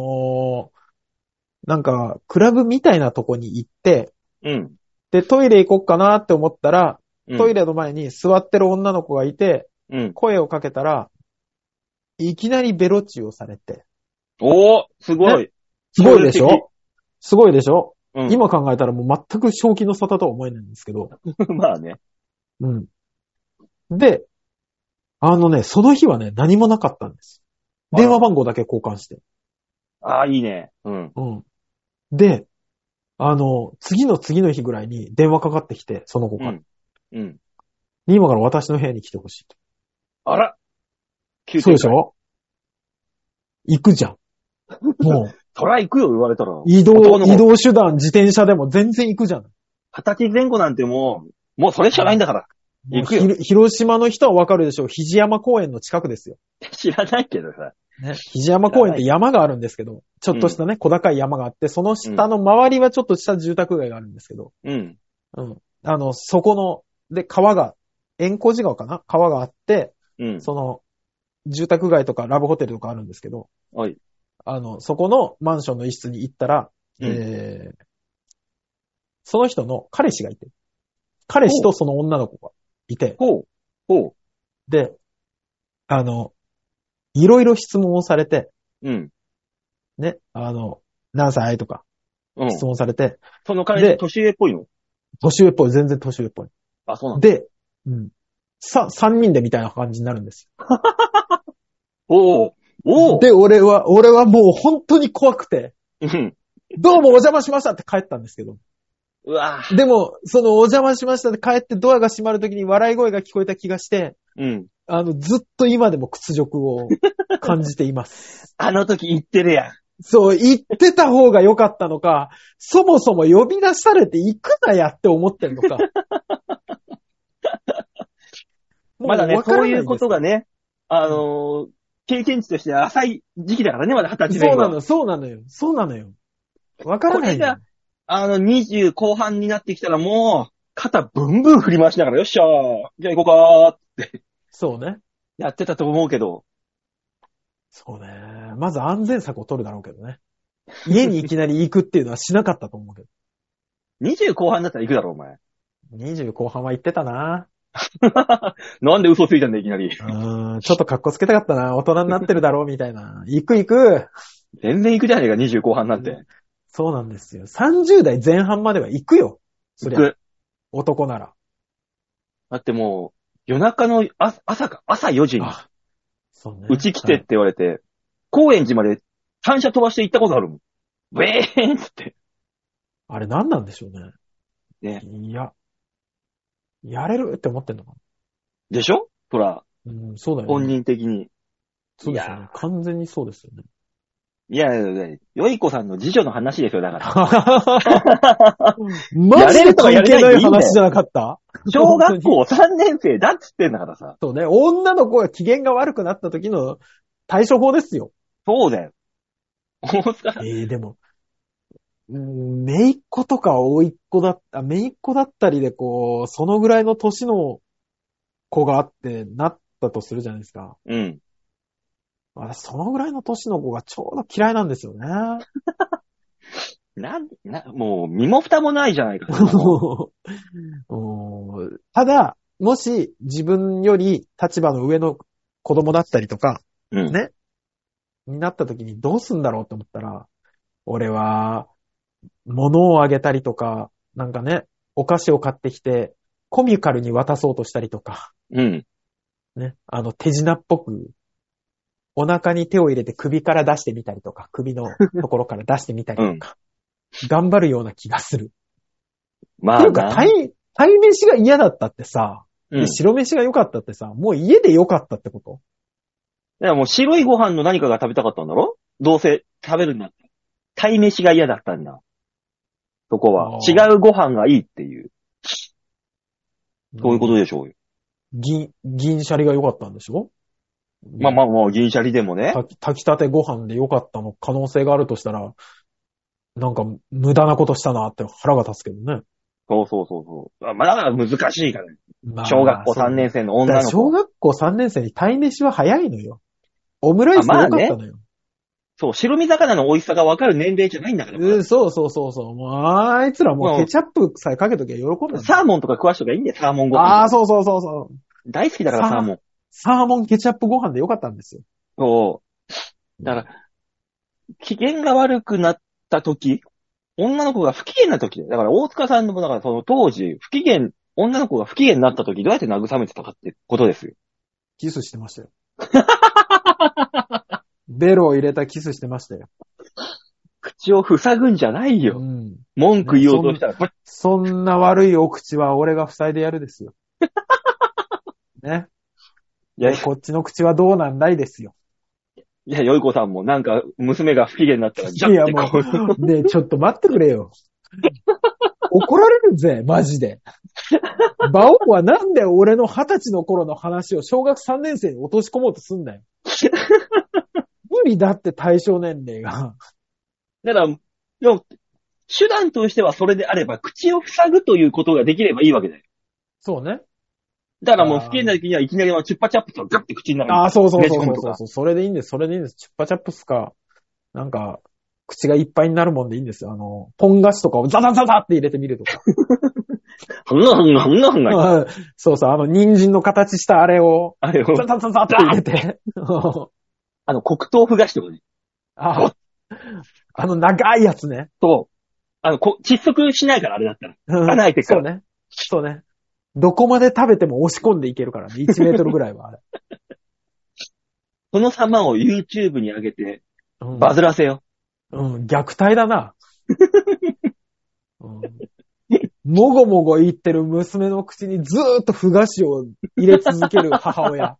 なんか、クラブみたいなとこに行って、 うん。 で、トイレ行こっかなって思ったら、 うん、 トイレの前に座ってる女の子がいて、 うん、 声をかけたら、いきなりベロチをされて。 おー、すごい。 ね、すごいでしょ？すごいでしょ？ うん、 今考えたらもう全く正気の沙汰とは思えないんですけど。 まあね。 うん。で、その日はね、何もなかったんです。電話番号だけ交換して。 ああ、いいね。うん。 うん。で、次の次の日ぐらいに電話かかってきて、その子から。 うん。 今から私の部屋に来てほしいと。 あらそうでしょ？行くじゃん。もう。 そら行くよ、言われたら。 移動手段、自転車でも全然行くじゃん。 20歳前後なんてもうそれしかないんだから。行くよ。 広島の人はわかるでしょう。肘山公園の近くですよ。 知らないけどさ。 ね。肘山公園って山があるんですけど、ちょっとしたね、小高い山があって、その下の周りはちょっとした住宅街があるんですけど、 うん。 うん。そこの、で、円光寺川かな川があって、 うん。 その、住宅街とかラブホテルとかあるんですけど、 はい。 そこのマンションの一室に行ったら、その人の彼氏がいて、彼氏とその女の子がいて、で、いろいろ質問をされて、 うん。 ね、何歳とか、質問されて、 その彼氏、年上っぽいの？ 年上っぽい、全然年上っぽい。 あ、そうなんだ。 で、三人でみたいな感じになるんですよ。 で、俺はもう本当に怖くて、どうもお邪魔しましたって帰ったんですけど。 うわでも、そのお邪魔しましたって帰ってドアが閉まるときに笑い声が聞こえた気がして、ずっと今でも屈辱を感じています。 あの時言ってるやん。 そう、言ってた方が良かったのか、そもそも呼び出されて行くなやって思ってんのか。 まだね、そういうことがね、経験値として浅い時期だからね、まだ20歳前後。 そうなのよ。わからないんだよ。 20後半になってきたらもう、肩ブンブン振り回しながら、よっしゃー、じゃあ行こうかーって。 そうね。 やってたと思うけど。 そうね。まず安全策を取るだろうけどね。家にいきなり行くっていうのはしなかったと思うけど。 20後半だったら行くだろ、お前。 20後半は行ってたな。 なんで嘘ついたんだ、いきなり。 ちょっと格好つけたかったな。大人になってるだろう、みたいな。行く。 全然行くじゃねえか、20後半なんて。 そうなんですよ。30代前半までは行くよ。 行く。 男なら。 だってもう、夜中の朝4時に、 そうね。 うち来てって言われて、高円寺まで単車飛ばして行ったことあるもん。ウェーンって。 あれ何なんでしょうね。 ね。 いや、やれるって思ってんのかな。 でしょほら。 そうだよね。 本人的に。 そうですよね。完全にそうですよね。 いや、よいこさんの次女の話ですよ、だから。 マジで関係ない話じゃなかった？ 小学校3年生だっつってんだからさ。 そうね。女の子が機嫌が悪くなった時の対処法ですよ。 そうだよ。 大塚さん。 でも、姪っ子とか甥っ子姪っ子だったりでこう、そのぐらいの年の子があってなったとするじゃないですか。 うん。 そのぐらいの年の子がちょうど嫌いなんですよね。 もう、身も蓋もないじゃないか。 ただ、もし自分より立場の上の子供だったりとか、 うん。 ね、になった時にどうすんだろうって思ったら、俺は、物をあげたりとか、なんかね、お菓子を買ってきて、コミカルに渡そうとしたりとか、 うん。 ね、手品っぽく、お腹に手を入れて首から出してみたりとか、首のところから出してみたりとか、頑張るような気がする。 まあ。 っていうか、鯛飯が嫌だったってさ、白飯が良かったってさ、もう家で良かったってこと？ いや、もう白いご飯の何かが食べたかったんだろ？どうせ食べるんだって。鯛飯が嫌だったんだ。そこは。違うご飯がいいっていう。そういうことでしょうよ。 銀シャリが良かったんでしょ？ まあ、銀シャリでもね。 炊きたてご飯で良かったの可能性があるとしたら、なんか無駄なことしたなって腹が立つけどね。 そう。まあ、だから難しいからね。小学校3年生の女の子。 小学校3年生に鯛飯は早いのよ。オムライスで良かったのよ。 そう、白身魚の美味しさが分かる年齢じゃないんだから。 そう。もう、あいつらもうケチャップさえかけときゃ喜んだ。 サーモンとか食わしときゃいいんだよ、サーモンご飯。 ああ、そう。 大好きだから、サーモン。 サーモンケチャップご飯でよかったんですよ。 そう。だから、機嫌が悪くなった時、女の子が不機嫌な時だから、大塚さんの、だからその当時、女の子が不機嫌になった時、どうやって慰めてたかってことですよ。 キスしてましたよ。ベロを入れたキスしてましたよ。 口を塞ぐんじゃないよ。文句言おうとしたら、 そんな悪いお口は俺が塞いでやるですよ。ね。いや、こっちの口はどうなんだいですよ。 いや、よいこさんもなんか娘が不機嫌になったら、 いや、もう、ねえ、ちょっと待ってくれよ。怒られるぜ、マジで。馬王はなんで俺の20歳の頃の話を小学3年生に落とし込もうとすんだよ。無理だって対象年齢が。 だから、手段としてはそれであれば、口を塞ぐということができればいいわけだよ。 そうね。 だからもう不機嫌な時にはいきなりチュッパチャップとガッて口の中に。 ああ、そう。それでいいんです。チュッパチャップスか、なんか、口がいっぱいになるもんでいいんですよ。ポン菓子とかをザザザザって入れてみるとか。 ふんが。 そう、人参の形したあれを、ザザザザって入れて。 黒糖ふ菓子とかね。 長いやつね。 そう。窒息しないから、あれだったら。穴開いてるから。 そうね。どこまで食べても押し込んでいけるからね。1メートルぐらいはあれ。 その様を YouTube に上げて、バズらせよ。 虐待だな。もごもご言ってる娘の口にずーっとふ菓子を入れ続ける母親。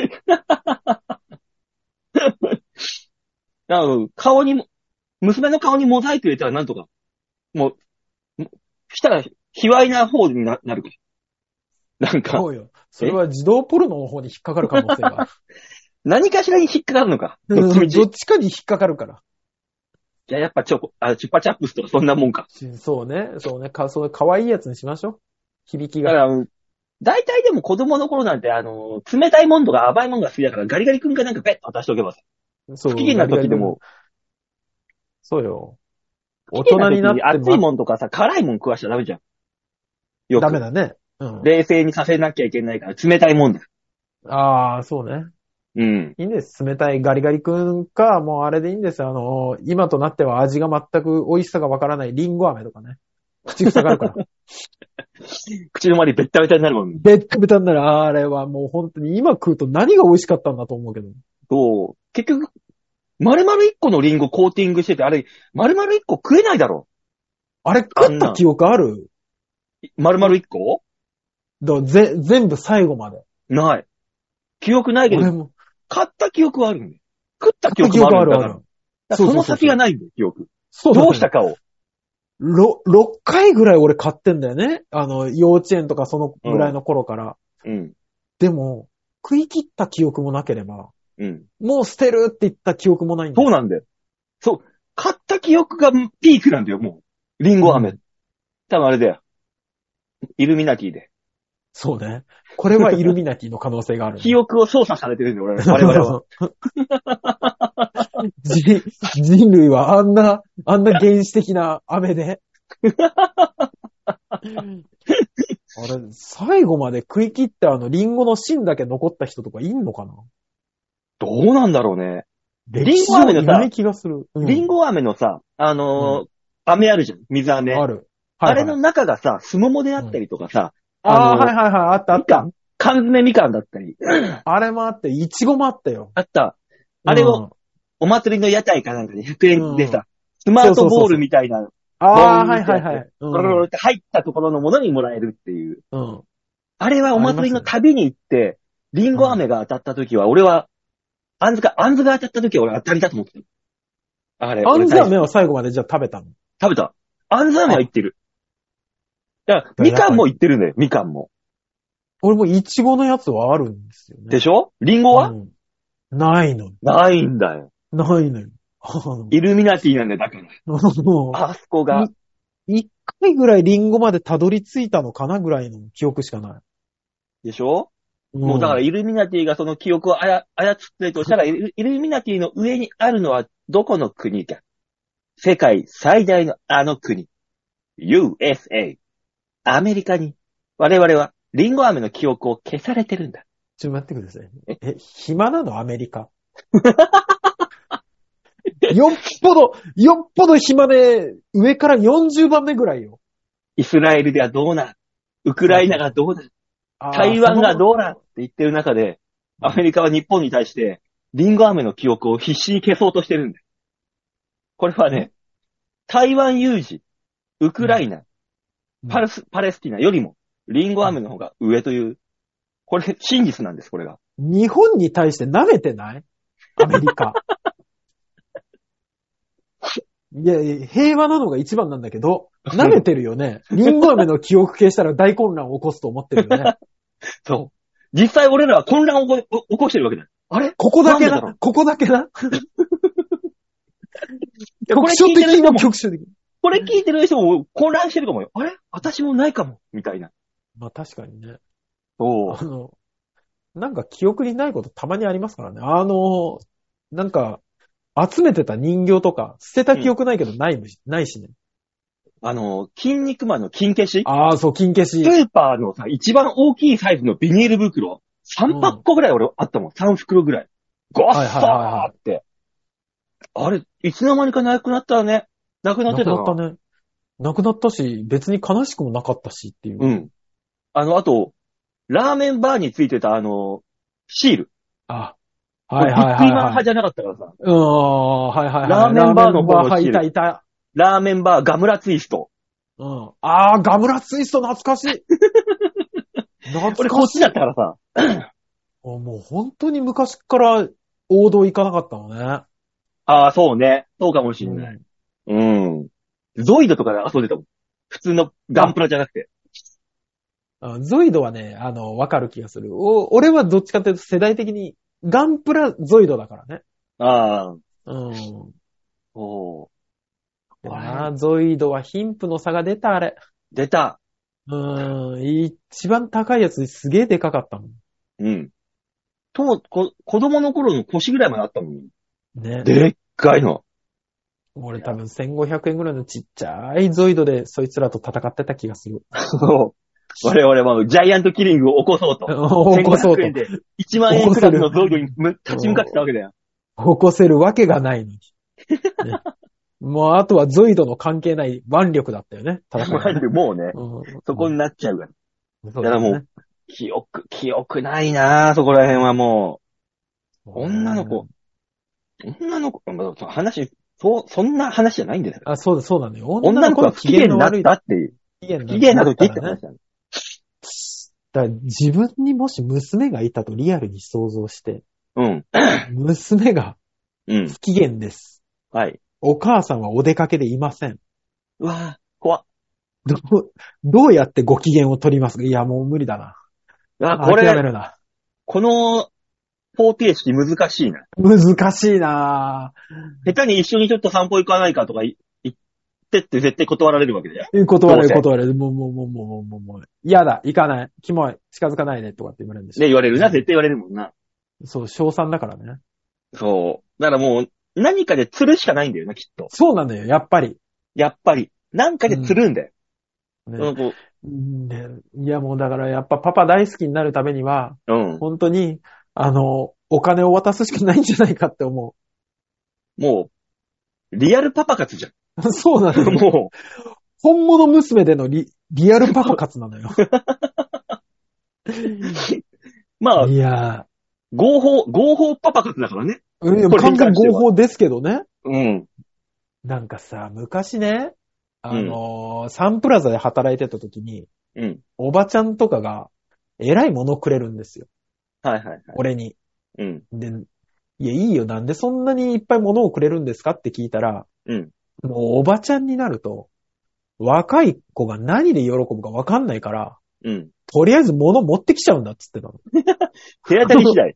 娘の顔にモザイク入れたらなんとか、もう、したら、卑猥な方になるから。なんか。 そうよ。それは児童ポルノの方に引っかかる可能性がある。 何かしらに引っかかるのか。 どっちかに引っかかるから。 じゃあやっぱチュッパチャップスとかそんなもんか。 そうね。そうかわいいやつにしましょう。響きが。 だから、大体でも子供の頃なんて冷たいもんとか甘いもんが好きだからガリガリ君かなんかペッと渡しておけばさ。不機嫌な時でも。 そうよ。大人になって熱いもんとかさ、辛いもん食わしちゃダメじゃん。よく。 ダメだね。 冷静にさせなきゃいけないから冷たいもんだ。 ああ、そうね。いいんです。冷たいガリガリ君か、もうあれでいいんです。今となっては味が全く美味しさがわからないリンゴ飴とかね。口塞がるから。 口の周りベッタベタになるもんね。 ベッタベタになる。あれはもう本当に今食うと何が美味しかったんだと思うけど。 そう。結局、丸々一個のリンゴコーティングしてて、あれ、丸々一個食えないだろ。 あれ食った記憶ある？ 丸々一個？ 全部最後まで。 ない。記憶ないけど、買った記憶はあるんだよ。食った記憶もあるんだから。その先がないんだよ、記憶。どうしたかを。 6回ぐらい俺買ってんだよね。幼稚園とかそのぐらいの頃から。でも、食い切った記憶もなければ、もう捨てるって言った記憶もないんだよ。 そうなんだよ。そう。 買った記憶がピークなんだよ、もう。リンゴ飴。多分あれだよ。イルミナティで。 そうね。これはイルミナティの可能性がある、ね。 記憶を操作されてるんだよ、我々は。 人類はあんな原始的な飴で。あれ、最後まで食い切ってリンゴの芯だけ残った人とかいんのかな？ どうなんだろうね。 リンゴ飴のさ、ない気がする。 リンゴ飴のさ、飴あるじゃん。水飴。 ある。はいはい、 あれの中がさ、すももであったりとかさ。 はいはいはい、あったあった。 缶詰みかんだったり。 あれもあって、いちごもあったよ。 あった。あれを、お祭りの屋台かなんかで100円でさ、スマートボールみたいな。 はいはいはい。 って入ったところのものにもらえるっていう。 うん。 あれはお祭りの旅に行って、リンゴ飴が当たった時は、俺は、あんずが当たった時は俺当たりだと思ってた。あれ。 あんず飴は最後までじゃあ食べたの？ 食べた。あんず飴は言ってる。だから、みかんも言ってるんだよ、みかんも。 俺もイチゴのやつはあるんですよね。 でしょ？リンゴは、 ないの。 ないんだよ。 ないのよ。 イルミナティなんだよ、だから。あそこが。 一回ぐらいリンゴまでたどり着いたのかなぐらいの記憶しかない。 でしょ？もうだからイルミナティがその記憶を操ってるとしたら、イルミナティの上にあるのはどこの国か。世界最大のあの国。USA。アメリカに、我々はリンゴ飴の記憶を消されてるんだ。 ちょっと待ってください。暇なのアメリカ。よっぽど暇で、上から40番目ぐらいよ。 イスラエルではどうな、ウクライナがどうな、台湾がどうなって言ってる中で、アメリカは日本に対して、リンゴ飴の記憶を必死に消そうとしてるんだよ。これはね、台湾有事、ウクライナ、パレスティナよりも、リンゴ飴の方が上という、これ、真実なんです、これが。 日本に対して舐めてないアメリカ。いや、平和なのが一番なんだけど、舐めてるよね。リンゴ飴の記憶消したら大混乱を起こすと思ってるよね。 そう。実際俺らは混乱を起こしてるわけだよ。あれここだけな。局所的な局所的。 これ聞いてる人も混乱してるかもよ。あれ私もないかもみたいな。 まあ確かにね。 そう。 なんか記憶にないことたまにありますからね。なんか、集めてた人形とか、捨てた記憶ないけどないしね。 筋肉マンの金消し？ ああ、そう、金消し。 スーパーのさ、一番大きいサイズのビニール袋。3箱ぐらい俺あったもん。3袋ぐらい。ゴッサーって。あれ、いつの間にかなくなったね。なくなってたな。 なくなったね。なくなったし、別に悲しくもなかったしっていう。 うん。あと、ラーメンバーについてたシール。 あ、 はいはいはい、はい。ビックリマン派じゃなかったからさ。 はいはいはい。 ラーメンバーの方のシール。 いた。 ラーメンバーガムラツイスト。 うん。あー、ガムラツイスト懐かしい。 俺こっちだったからさ。 もう本当に昔から王道行かなかったのね。 ああ、そうね。そうかもしんない。うん。ゾイドとかで遊んでたもん。普通のガンプラじゃなくて。 ゾイドはね、わかる気がする。俺はどっちかというと世代的にガンプラゾイドだからね。 ああ。 うん。 おー。 ゾイドは貧富の差が出た、あれ。 出た。 一番高いやつすげえでかかったもん。 うん。子供の頃の腰ぐらいまであったもん。 ね。 でっかいの。 俺多分1500円ぐらいのちっちゃいゾイドでそいつらと戦ってた気がする。 そう。我々はジャイアントキリングを起こそうと。 起こそうと。 円で1万円クラスのゾイドに立ち向かってたわけだよ。 起こせるわけがないのに。ね、もうあとはゾイドの関係ない腕力だったよね。 腕力もうね、そこになっちゃうから。だからもう、記憶ないなぁ、そこら辺はもう。女の子、話、そんな話じゃないんですよ。 あ、そうなのよ。 女の子は不機嫌になったっていう。不機嫌な時って話だね。 だから自分にもし娘がいたとリアルに想像して。 うん。 娘が不機嫌です。 はい。 お母さんはお出かけでいません。 うわぁ、怖っ。 どうやってご機嫌を取りますか？いや、もう無理だな。 これ、 諦めるな。 この方程式難しいな。 難しいな下手に一緒にちょっと散歩行かないかとか言ってって絶対断られるわけだよ。 断れる。もう。嫌だ、行かない。キモい、近づかないで、とかって言われるんでしょ。 ね、言われるな、絶対言われるもんな。 そう、小3だからね。 そう。だからもう、何かで釣るしかないんだよな、きっと。 そうなのよ、やっぱり。 なんかで釣るんだよ。 ねね、いやもうだからやっぱパパ大好きになるためには、本当に、お金を渡すしかないんじゃないかって思う。もう、リアルパパ活じゃん。そうなのよ。もう、本物娘でのリアルパパ活なのよ。 まあ、 いや合法パパ活だからね。 完全合法ですけどね。 うん。 なんかさ、昔ね、サンプラザで働いてた時に、おばちゃんとかが、えらいものくれるんですよ。俺に。で、いや、いいよ、なんでそんなにいっぱい物をくれるんですかって聞いたら、もうおばちゃんになると、若い子が何で喜ぶかわかんないから、とりあえず物持ってきちゃうんだっつってたの。 手当たり次第。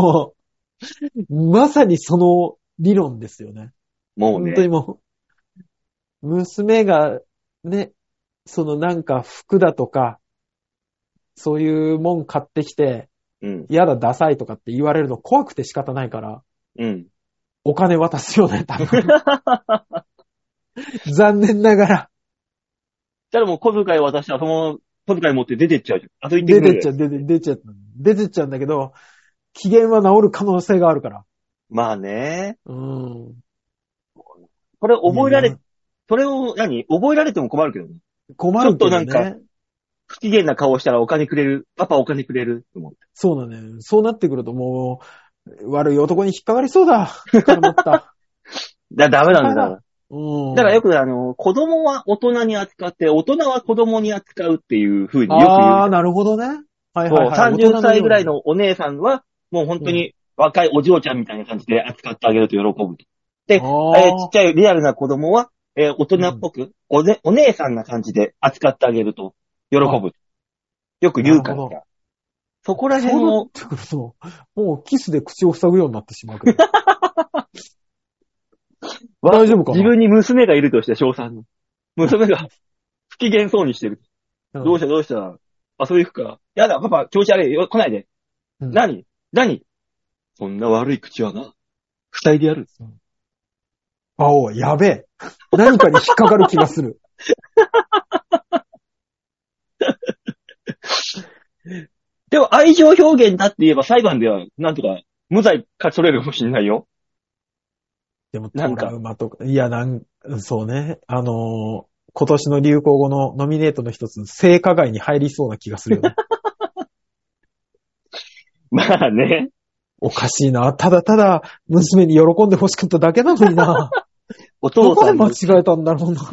まさにその理論ですよね。 もうね。 本当にもう、娘がね、そのなんか服だとか、そういうもん買ってきて、やだダサいとかって言われるの怖くて仕方ないから、お金渡すよね、多分。残念ながら。 じゃあもう小遣い渡したらその小遣い持って出てっちゃうじゃん。あと出てっちゃうんだけど、機嫌は治る可能性があるから。 まあね。これ覚えられ、それを覚えられても困るけどね。 困るけどね。 ちょっとなんか、不機嫌な顔したらお金くれる。パパお金くれると思って。 そうだね。そうなってくるともう、悪い男に引っかかりそうだ。から思った。 ダメなんだ。だからよく子供は大人に扱って、大人は子供に扱うっていう風によく言う。 ああ、なるほどね。はいはいはい。 30歳ぐらいのお姉さんは、もう本当に若いお嬢ちゃんみたいな感じで扱ってあげると喜ぶと。で、ちっちゃいリアルな子供は、大人っぽく、お姉さんな感じで扱ってあげると喜ぶ。よく言うから。そこら辺を。 もうキスで口を塞ぐようになってしまうけど。大丈夫かな？ 自分に娘がいるとして小3の。娘が不機嫌そうにしてる。どうした遊び行くか。やだ、パパ、調子悪いよ、来ないで。何そんな悪い口はな、二人でやる。 やべえ。何かに引っかかる気がする。 でも愛情表現だって言えば裁判ではなんとか無罪勝ち取れるかもしれないよ。 でもトラウマとか、いやそうね。今年の流行語のノミネートの一つ、性加害に入りそうな気がするよね。 まあね。 おかしいな。ただ、娘に喜んで欲しかっただけなのにな。 お父さん。 どこで間違えたんだろうな。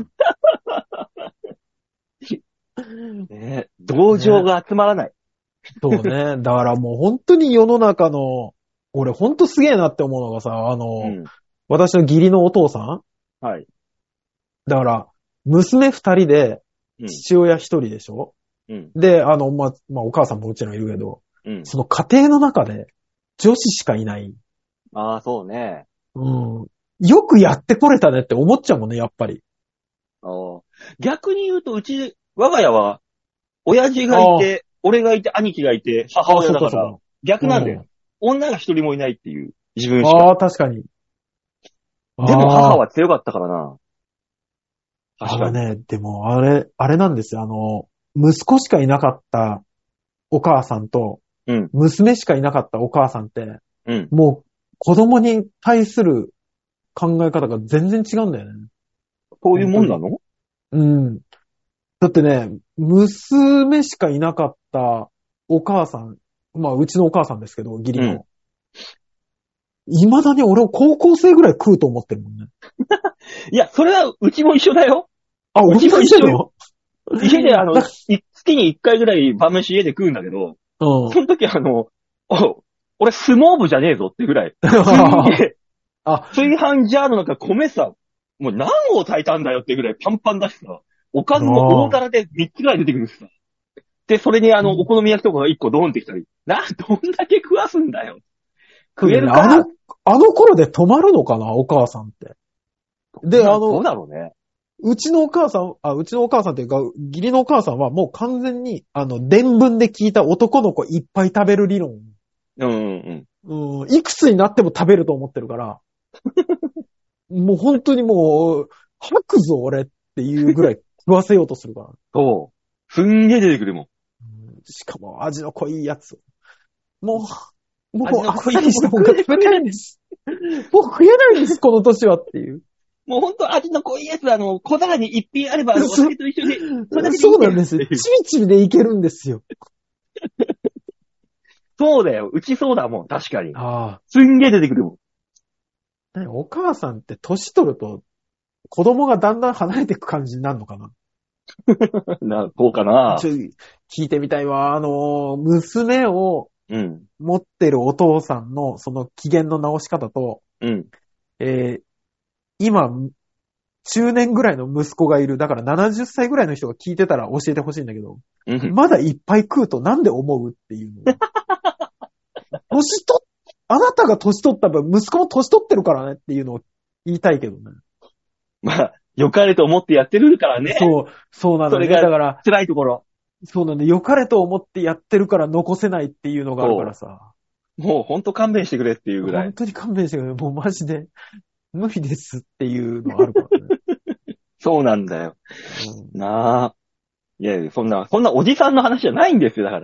ね、同情が集まらない。 そうね。だからもう本当に世の中の、俺本当すげえなって思うのがさ、私の義理のお父さん？ はい。 だから、娘二人で、父親一人でしょ？で、お母さんもうちろんいるけど、その家庭の中で、女子しかいない。 ああ、そうね。 よくやってこれたねって思っちゃうもんね、やっぱり。 逆に言うと、我が家は、親父がいて、俺がいて、兄貴がいて、母親だから、逆なんだよ。女が一人もいないっていう、自分しか。 確かに。 でも母は強かったからな。 確かにね、でもあれなんですよ。息子しかいなかったお母さんと、娘しかいなかったお母さんって、もう子供に対する考え方が全然違うんだよね。 そういうもんなの？ だってね、娘しかいなかったお母さん、うちのお母さんですけど、義理の。未だに俺を高校生ぐらい食うと思ってるもんね。 いや、それはうちも一緒だよ。 うちも一緒だよ。 家で月に1回ぐらい晩飯家で食うんだけど、その時俺相撲部じゃねえぞってぐらい。炊飯ジャーの中米さ、もう何合炊いたんだよってぐらいパンパンだしさ、おかずも大皿で3つぐらい出てくるしさ。で、それにお好み焼きとかが1個ドーンってきたり、どんだけ食わすんだよ。 食えるか。 あの頃で止まるのかな、お母さんって。で、 どうだろうね。 うちのお母さんっていうか、義理のお母さんはもう完全に、伝聞で聞いた男の子いっぱい食べる理論。いくつになっても食べると思ってるから、もう本当にもう、吐くぞ俺っていうぐらい食わせようとするから。 そう。すんげえ出てくるもん。 しかも味の濃いやつ。もうあっ味の濃いさりしたもんが食べたいんです。もう食えないんです、この年はっていう。 もうほんと味の濃いやつ、小皿に一品あれば、お酒と一緒に、 そうなんですよ。ちびちびでいけるんですよ。 そうだよ。うちそうだもん、確かに。 ああ。 すんげえ出てくるもん。お母さんって年取ると、子供がだんだん離れていく感じになるのかなどうかな。 聞いてみたいわ。娘を持ってるお父さんのその機嫌の直し方と、今、中年ぐらいの息子がいる。だから70歳ぐらいの人が聞いてたら教えてほしいんだけど、まだいっぱい食うとなんで思うっていうの。あなたが年取った分、息子も年取ってるからねっていうのを言いたいけどね。 まあ、良かれと思ってやってるからね。 そうなんだね。 それがだから、 辛いところ。 そうなんだ。良かれと思ってやってるから残せないっていうのがあるからさ。 もうほんと勘弁してくれっていうぐらい。 本当に勘弁してくれ。もうマジで、無理ですっていうのあるからね。 そうなんだよ。なあ。いやいや、そんなおじさんの話じゃないんですよ、だから。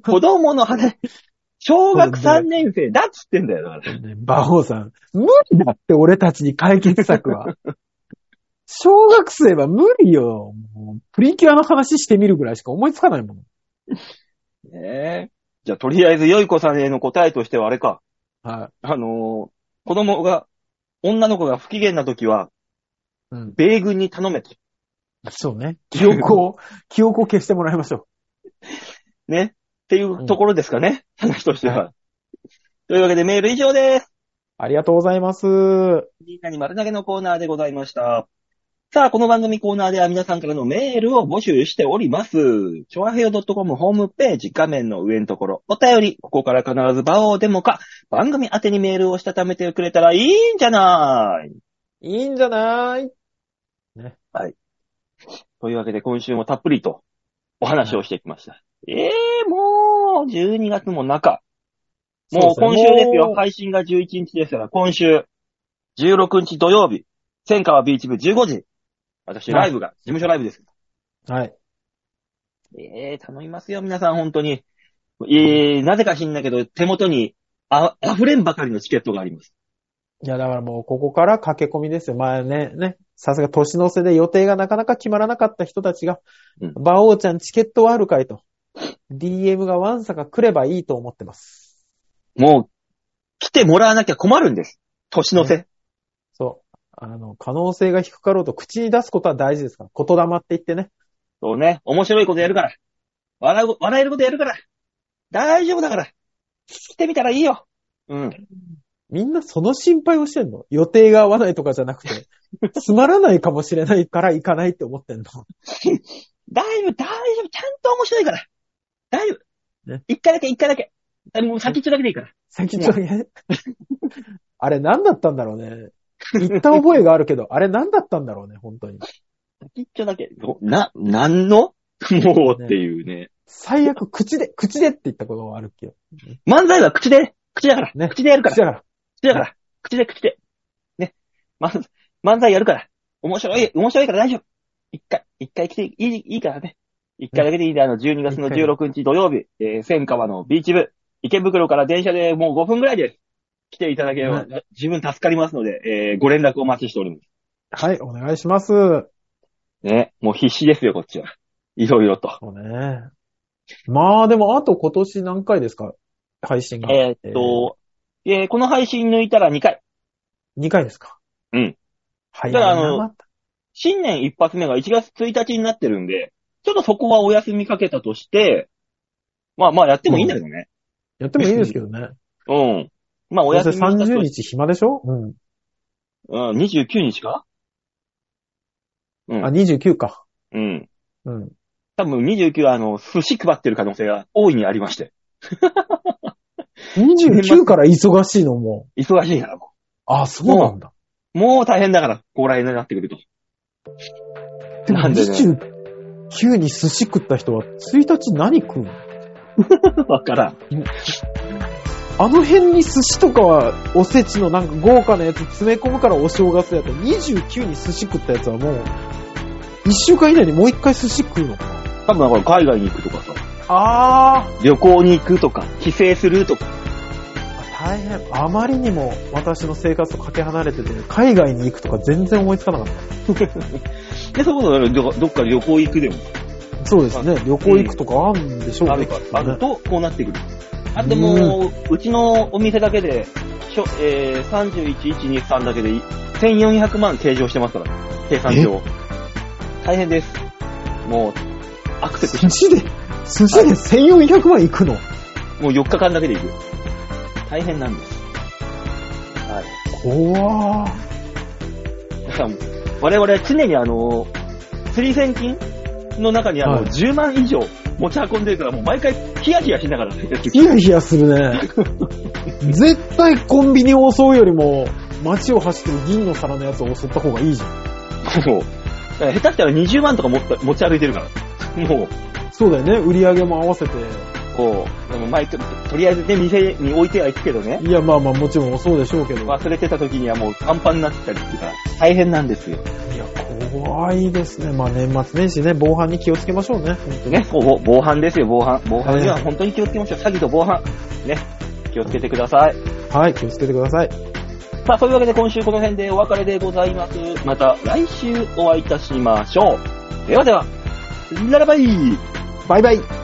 子供の話。小学3年生だっつってんだよ、だから。 馬王さん、無理だって俺たちに解決策は。小学生は無理よ。もうプリキュアの話してみるぐらいしか思いつかないもん。 ねえ。じゃあ、とりあえず、よい子さんへの答えとしてはあれか。 はい。 子供が、女の子が不機嫌な時は、米軍に頼めと。 そうね。記憶を消してもらいましょう。ね。っていうところですかね。話としては。というわけでメール以上です。 ありがとうございます。 みんなに丸投げのコーナーでございました。さあ、この番組コーナーでは皆さんからのメールを募集しております。ちょあへよ .com ホームページ画面の上のところ、お便り、ここから必ず場をデモか、番組宛てにメールをしたためてくれたらいいんじゃない。 いいんじゃないね。はい。というわけで今週もたっぷりとお話をしてきました。はい、もう、12月も中。もう今週ですよ。配信が11日ですから、今週、16日土曜日、千川ビーチ部15時。私、ライブが、事務所ライブです。 はい。 頼みますよ、皆さん、本当に。なぜか知んないけど、手元に溢れんばかりのチケットがあります。 いや、だからもう、ここから駆け込みですよ。前ね、さすが年の瀬で予定がなかなか決まらなかった人たちが、馬王ちゃんチケットはあるかいと。DM がワンサが来ればいいと思ってます。 もう、来てもらわなきゃ困るんです。年の瀬。 そう。可能性が低かろうと口に出すことは大事ですから。言霊って言ってね。 そうね。面白いことやるから。笑えることやるから。大丈夫だから。来てみたらいいよ。 みんなその心配をしてんの？予定が合わないとかじゃなくて、つまらないかもしれないから行かないって思ってんの。 大丈夫。ちゃんと面白いから。大丈夫。ね、一回だけ。もう先っちょだけでいいから。 先っちょだけあれ何だったんだろうね。言った覚えがあるけど、あれ何だったんだろうね、本当に。 先っちょだけ。なんのもうっていうね。 最悪、口でって言ったことがあるっけ。 漫才は口だから。ね。口でやるから。口で。ね。漫才やるから。面白いから大丈夫。一回来ていいからね。一回だけでいいんで、12月の16日土曜日、千川のビーチ部、池袋から電車でもう5分ぐらいです。来ていただければ、自分助かりますので、ご連絡お待ちしております。 はい、お願いします。 ね、もう必死ですよ、こっちは。いろいろと。 そうね。まあ、でも、あと今年何回ですか？配信が。 この配信抜いたら2回。 2回ですか？ うん。 はい。 だから新年一発目が1月1日になってるんで、ちょっとそこはお休みかけたとして、まあやってもいいんだけどね。 やってもいいですけどね。 うん。まあお休みしたと 30日暇でしょ？ 29日か？ 29か。 多分29は寿司配ってる可能性が大いにありまして。 29から忙しいのも忙しいからもう。 あ、そうなんだ。 もう大変だから、ここら辺になってくると。 でもなんでね。 29に寿司食った人は1日何食うの？ わからん。 あの辺に寿司とかはおせちのなんか豪華なやつ詰め込むからお正月やと29に寿司食ったやつはもう1週間以内にもう1回寿司食うのかな？ 多分だから海外に行くとかさ、 あ旅行に行くとか、帰省するとか。 大変。あまりにも私の生活とかけ離れてて、海外に行くとか全然思いつかなかった。 で、そういうことどっか旅行行くでも。 そうですね。旅行行くとかあるんでしょうね。 あると、こうなってくる。あともう、うちのお店だけで、31、1、2、3だけで1400万計上してますから、計算上。大変です。もう、アクセス寿司で1400万いくの？ もう4日間だけで行く。大変なんです。はい。 怖ー。 だから我々は常に釣り銭金の中にはい 10万以上持ち運んでるから、もう毎回ヒヤヒヤしながらね。 ヒヤヒヤするね。絶対コンビニを襲うよりも、街を走ってる銀の皿のやつを襲った方がいいじゃん。 そう。だから下手したら20万とか持ち歩いてるから。もう。 そうだよね。売り上げも合わせて。 こう、でもとりあえずね、店に置いてはいくけどね。 いや、まあまあもちろんそうでしょうけど。 忘れてた時にはもうパンパンになってたりするから、大変なんですよ。 いや、怖いですね。まあ年末年始ね、防犯に気をつけましょうね。 ね、防犯ですよ、防犯。防犯には本当に気をつけましょう。詐欺と防犯。ね、気をつけてください。 はい、気をつけてください。 さあ、そういうわけで今週この辺でお別れでございます。また来週お会いいたしましょう。ではでは、ララバイ。 バイバイ。